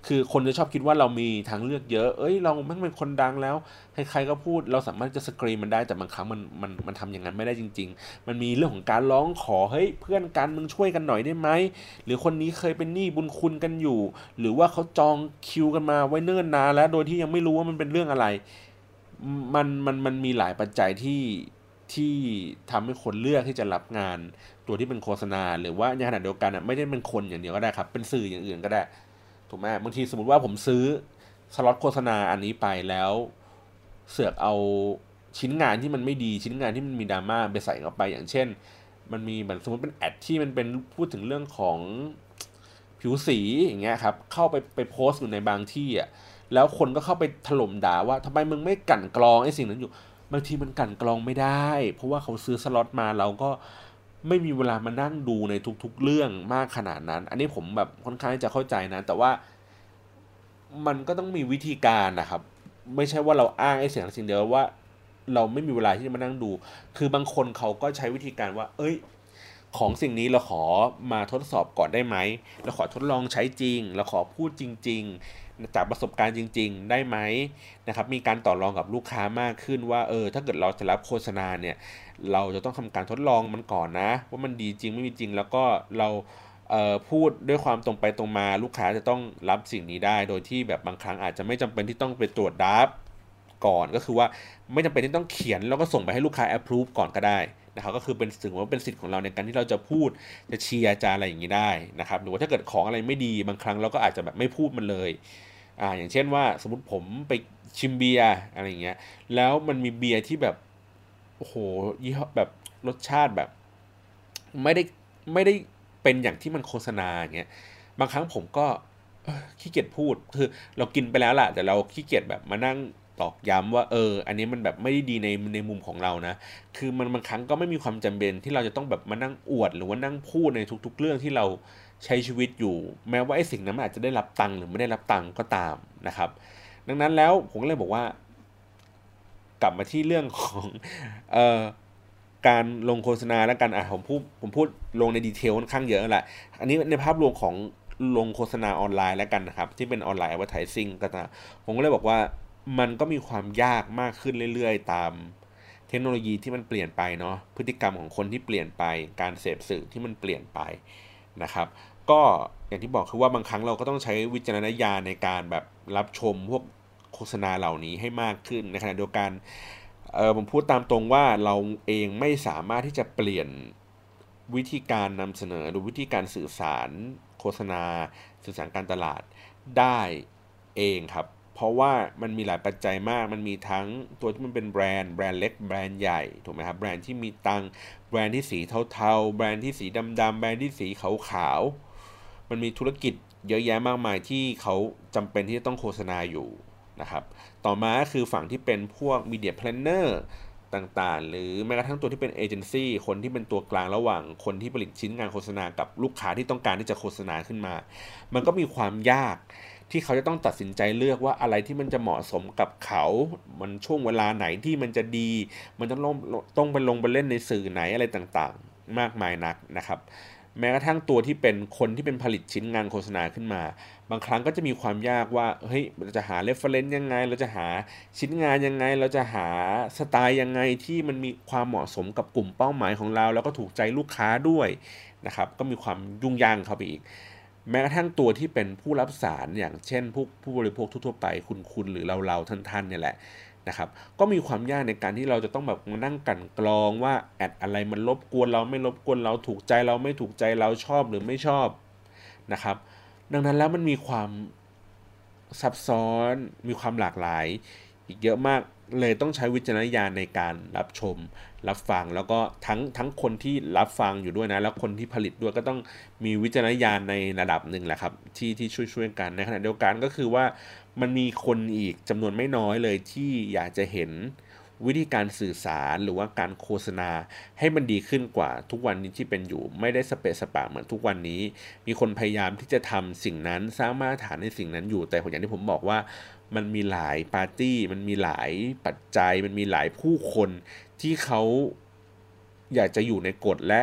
คือคนจะชอบคิดว่าเรามีทางเลือกเยอะเราแม่งเป็นคนดังแล้วใครๆก็พูดเราสามารถจะสกรีนมันได้แต่บางครั้งมันทำอย่างนั้นไม่ได้จริงๆมันมีเรื่องของการร้องขอเฮ้ยเพื่อนกันมึงช่วยกันหน่อยได้ไหมหรือคนนี้เคยเป็นหนี้บุญคุณกันอยู่หรือว่าเขาจองคิวกันมาไว้เนิ่นนานแล้วโดยที่ยังไม่รู้ว่ามันเป็นเรื่องอะไรมันมีหลายปัจจัยที่ทำให้คนเลือกที่จะรับงานตัวที่เป็นโฆษณาหรือว่าในขณะเดียวกันไม่ได้เป็นคนอย่างเดียวก็ได้ครับเป็นสื่ออย่างอื่นก็ได้ถูกไหมบางทีสมมติว่าผมซื้อสล็อตโฆษณาอันนี้ไปแล้วเสือกเอาชิ้นงานที่มันไม่ดีชิ้นงานที่มันมีดราม่าไปใส่เข้าไปอย่างเช่นมันมีเหมือนสมมติเป็นแอดที่มันเป็นพูดถึงเรื่องของผิวสีอย่างเงี้ยครับเข้าไปโพสต์อยู่ในบางที่แล้วคนก็เข้าไปถล่มด่าว่าทำไมมึงไม่กลั่นกรองไอ้สิ่งนั้นอยู่บางทีมันกลั่นกรองไม่ได้เพราะว่าเขาซื้อสล็อตมาเราก็ไม่มีเวลามานั่งดูในทุกๆเรื่องมากขนาดนั้นอันนี้ผมแบบค่อนข้างจะเข้าใจนะแต่ว่ามันก็ต้องมีวิธีการนะครับไม่ใช่ว่าเราอ้างไอ้สิ่งเดียวว่าเราไม่มีเวลาที่จะมานั่งดูคือบางคนเขาก็ใช้วิธีการว่าของสิ่งนี้เราขอมาทดสอบก่อนได้ไหมเราขอทดลองใช้จริงเราขอพูดจริงๆจากประสบการณ์จริงๆได้ไหมนะครับมีการต่อรองกับลูกค้ามากขึ้นว่าถ้าเกิดเราจะรับโฆษณาเนี่ยเราจะต้องทำการทดลองมันก่อนนะว่ามันดีจริงไม่มีจริงแล้วก็เราพูดด้วยความตรงไปตรงมาลูกค้าจะต้องรับสิ่งนี้ได้โดยที่แบบบางครั้งอาจจะไม่จำเป็นที่ต้องไปตรวจดับก่อนก็คือว่าไม่จำเป็นที่ต้องเขียนแล้วก็ส่งไปให้ลูกค้า approve ก่อนก็ได้นะครับก็คือเป็นถึงว่าเป็นสิทธิ์ของเราในการที่เราจะพูดจะเชียร์จะอะไรอย่างนี้ได้นะครับหรือว่าถ้าเกิดของอะไรไม่ดีบางครั้งเราก็อาจจะแบบไม่พูดมันเลยอย่างเช่นว่าสมมติผมไปชิมเบียร์อะไรอย่างเงี้ยแล้วมันมีเบียร์ที่แบบโอ้โหยี่ห้อแบบรสชาติแบบไม่ได้ไม่ได้เป็นอย่างที่มันโฆษณาอย่างเงี้ยบางครั้งผมก็ขี้เกียจพูดคือเรากินไปแล้วล่ะแต่เราขี้เกียจแบบมานั่งตอกย้ำว่าอันนี้มันแบบไม่ได้ดีในมุมของเรานะคือมันบางครั้งก็ไม่มีความจำเป็นที่เราจะต้องแบบมานั่งอวดหรือว่านั่งพูดในทุกๆเรื่องที่เราใช้ชีวิตอยู่แม้ว่าไอ้สิ่งนั้นมันอาจจะได้รับตังค์หรือไม่ได้รับตังค์ก็ตามนะครับดังนั้นแล้วผมก็เลยบอกว่ากลับมาที่เรื่องของเอ่อการลงโฆษณาแล้วกันผมพูดลงในดีเทลค่อนข้างเยอะแหละอันนี้ในภาพรวมของลงโฆษณาออนไลน์แล้วกันนะครับที่เป็นออนไลน์ advertising ก็ตามผมก็เลยบอกว่ามันก็มีความยากมากขึ้นเรื่อยๆตามเทคโนโลยีที่มันเปลี่ยนไปเนาะพฤติกรรมของคนที่เปลี่ยนไปการเสพสื่อที่มันเปลี่ยนไปนะครับก็อย่างที่บอกคือว่าบางครั้งเราก็ต้องใช้วิจารณญาณในการแบบรับชมพวกโฆษณาเหล่านี้ให้มากขึ้นในขณะเดียวกันผมพูดตามตรงว่าเราเองไม่สามารถที่จะเปลี่ยนวิธีการนำเสนอหรือวิธีการสื่อสารโฆษณาสื่อสารการตลาดได้เองครับเพราะว่ามันมีหลายปัจจัยมากมันมีทั้งตัวที่มันเป็นแบรนด์เล็กแบรนด์ใหญ่ถูกไหมครับแบรนด์ที่มีตังแบรนด์ที่สีเทาๆแบรนด์ที่สีดำๆแบรนด์ที่สีขาวๆมันมีธุรกิจเยอะแยะมากมายที่เขาจำเป็นที่จะต้องโฆษณาอยู่นะครับต่อมาคือฝั่งที่เป็นพวก Media Planner ต่างๆหรือแม้กระทั่งตัวที่เป็นเอเจนซี่คนที่เป็นตัวกลางระหว่างคนที่ผลิตชิ้นงานโฆษณากับลูกค้าที่ต้องการที่จะโฆษณาขึ้นมามันก็มีความยากที่เขาจะต้องตัดสินใจเลือกว่าอะไรที่มันจะเหมาะสมกับเขามันช่วงเวลาไหนที่มันจะดีมันต้องไปลงไปเล่นในสื่อไหนอะไรต่างๆมากมายนักนะครับแม้กระทั่งตัวที่เป็นคนที่เป็นผลิตชิ้นงานโฆษณาขึ้นมาบางครั้งก็จะมีความยากว่าเฮ้ยเราจะหา reference ยังไงเราจะหาชิ้นงานยังไงเราจะหาสไตล์ยังไงที่มันมีความเหมาะสมกับกลุ่มเป้าหมายของเราแล้วก็ถูกใจลูกค้าด้วยนะครับก็มีความยุ่งยากเข้าไปอีกแม้กระทั่งตัวที่เป็นผู้รับสารอย่างเช่นผู้บริโภคทั่วๆไปคุณหรือเราท่านๆเนี่ยแหละนะครับก็มีความยากในการที่เราจะต้องแบบมานั่งกลั่นกรองว่าแอดอะไรมันรบกวนเราไม่รบกวนเราถูกใจเราไม่ถูกใจเราชอบหรือไม่ชอบนะครับดังนั้นแล้วมันมีความซับซ้อนมีความหลากหลายอีกเยอะมากเลยต้องใช้วิจารณญาณในการรับชมรับฟังแล้วก็ทั้งคนที่รับฟังอยู่ด้วยนะแล้วคนที่ผลิตด้วยก็ต้องมีวิจารณญาณในระดับหนึ่งแหละครับที่ช่วยกันในขณะเดียวกันก็คือว่ามันมีคนอีกจำนวนไม่น้อยเลยที่อยากจะเห็นวิธีการสื่อสารหรือว่าการโฆษณาให้มันดีขึ้นกว่าทุกวันนี้ที่เป็นอยู่ไม่ได้สเปะสปะเหมือนทุกวันนี้มีคนพยายามที่จะทำสิ่งนั้นสร้างมาตรฐานในสิ่งนั้นอยู่แต่อย่างที่ผมบอกว่ามันมีหลายปาร์ตี้มันมีหลายปัจจัยมันมีหลายผู้คนที่เขาอยากจะอยู่ในกฎและ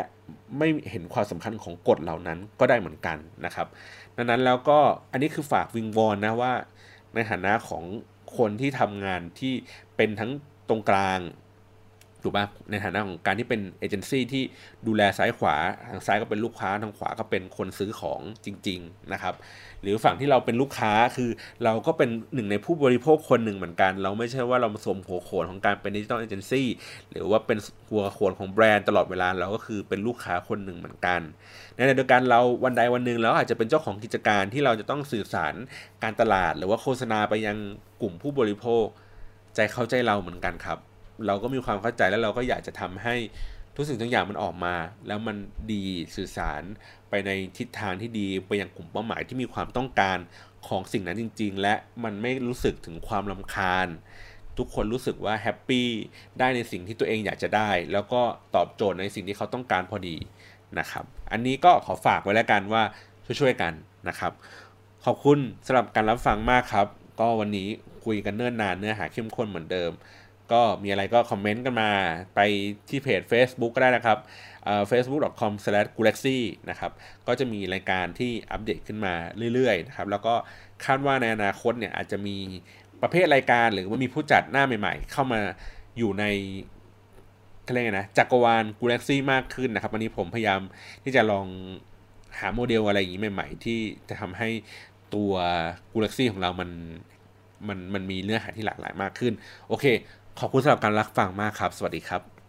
ไม่เห็นความสำคัญของกฎเหล่านั้นก็ได้เหมือนกันนะครับดังนั้นแล้วก็อันนี้คือฝากวิงวอนนะว่าในฐานะของคนที่ทำงานที่เป็นทั้งตรงกลางถูกป่ะในฐานะของการที่เป็นเอเจนซี่ที่ดูแลซ้ายขวาทางซ้ายก็เป็นลูกค้าทางขวาก็เป็นคนซื้อของจริงๆนะครับหรือฝั่งที่เราเป็นลูกค้าคือเราก็เป็นหนึ่งในผู้บริโภคคนหนึ่งเหมือนกันเราไม่ใช่ว่าเราสวมหัวโขนของการเป็นดิจิทัลเอเจนซี่หรือว่าเป็นหัวโขนของแบรนด์ตลอดเวลาเราก็คือเป็นลูกค้าคนหนึ่งเหมือนกันในขณะเดียวกันเราวันใดวันหนึ่งเราอาจจะเป็นเจ้าของกิจการที่เราจะต้องสื่อสารการตลาดหรือว่าโฆษณาไปยังกลุ่มผู้บริโภคใจเข้าใจเราเหมือนกันครับเราก็มีความเข้าใจแล้วเราก็อยากจะทำให้ทุกสิ่งทุกอย่างมันออกมาแล้วมันดีสื่อสารไปในทิศทางที่ดีไปยังกลุ่มเป้าหมายที่มีความต้องการของสิ่งนั้นจริงๆและมันไม่รู้สึกถึงความรำคาญทุกคนรู้สึกว่าแฮปปี้ได้ในสิ่งที่ตัวเองอยากจะได้แล้วก็ตอบโจทย์ในสิ่งที่เขาต้องการพอดีนะครับอันนี้ก็ขอฝากไว้แล้วกันว่าช่วยๆกันนะครับขอบคุณสำหรับการรับฟังมากครับก็วันนี้คุยกันเนิ่นนานเนื้อหาเข้มข้นเหมือนเดิมก็มีอะไรก็คอมเมนต์กันมาไปที่เพจ Facebook ก็ได้นะครับfacebook.com/gulaxy นะครับก็จะมีรายการที่อัปเดตขึ้นมาเรื่อยๆนะครับแล้วก็คาดว่าในอนาคตเนี่ยอาจจะมีประเภทรายการหรือว่ามีผู้จัดหน้าใหม่ๆเข้ามาอยู่ในเขาเรียกไงนะจักรวาล Galaxy มากขึ้นนะครับวันนี้ผมพยายามที่จะลองหาโมเดลอะไรอย่างนี้ใหม่ๆที่จะทำให้ตัว Galaxy ของเรามันมีเนื้อหาที่หลากหลายมากขึ้นโอเคขอบคุณสำหรับการรับฟังมากครับสวัสดีครับ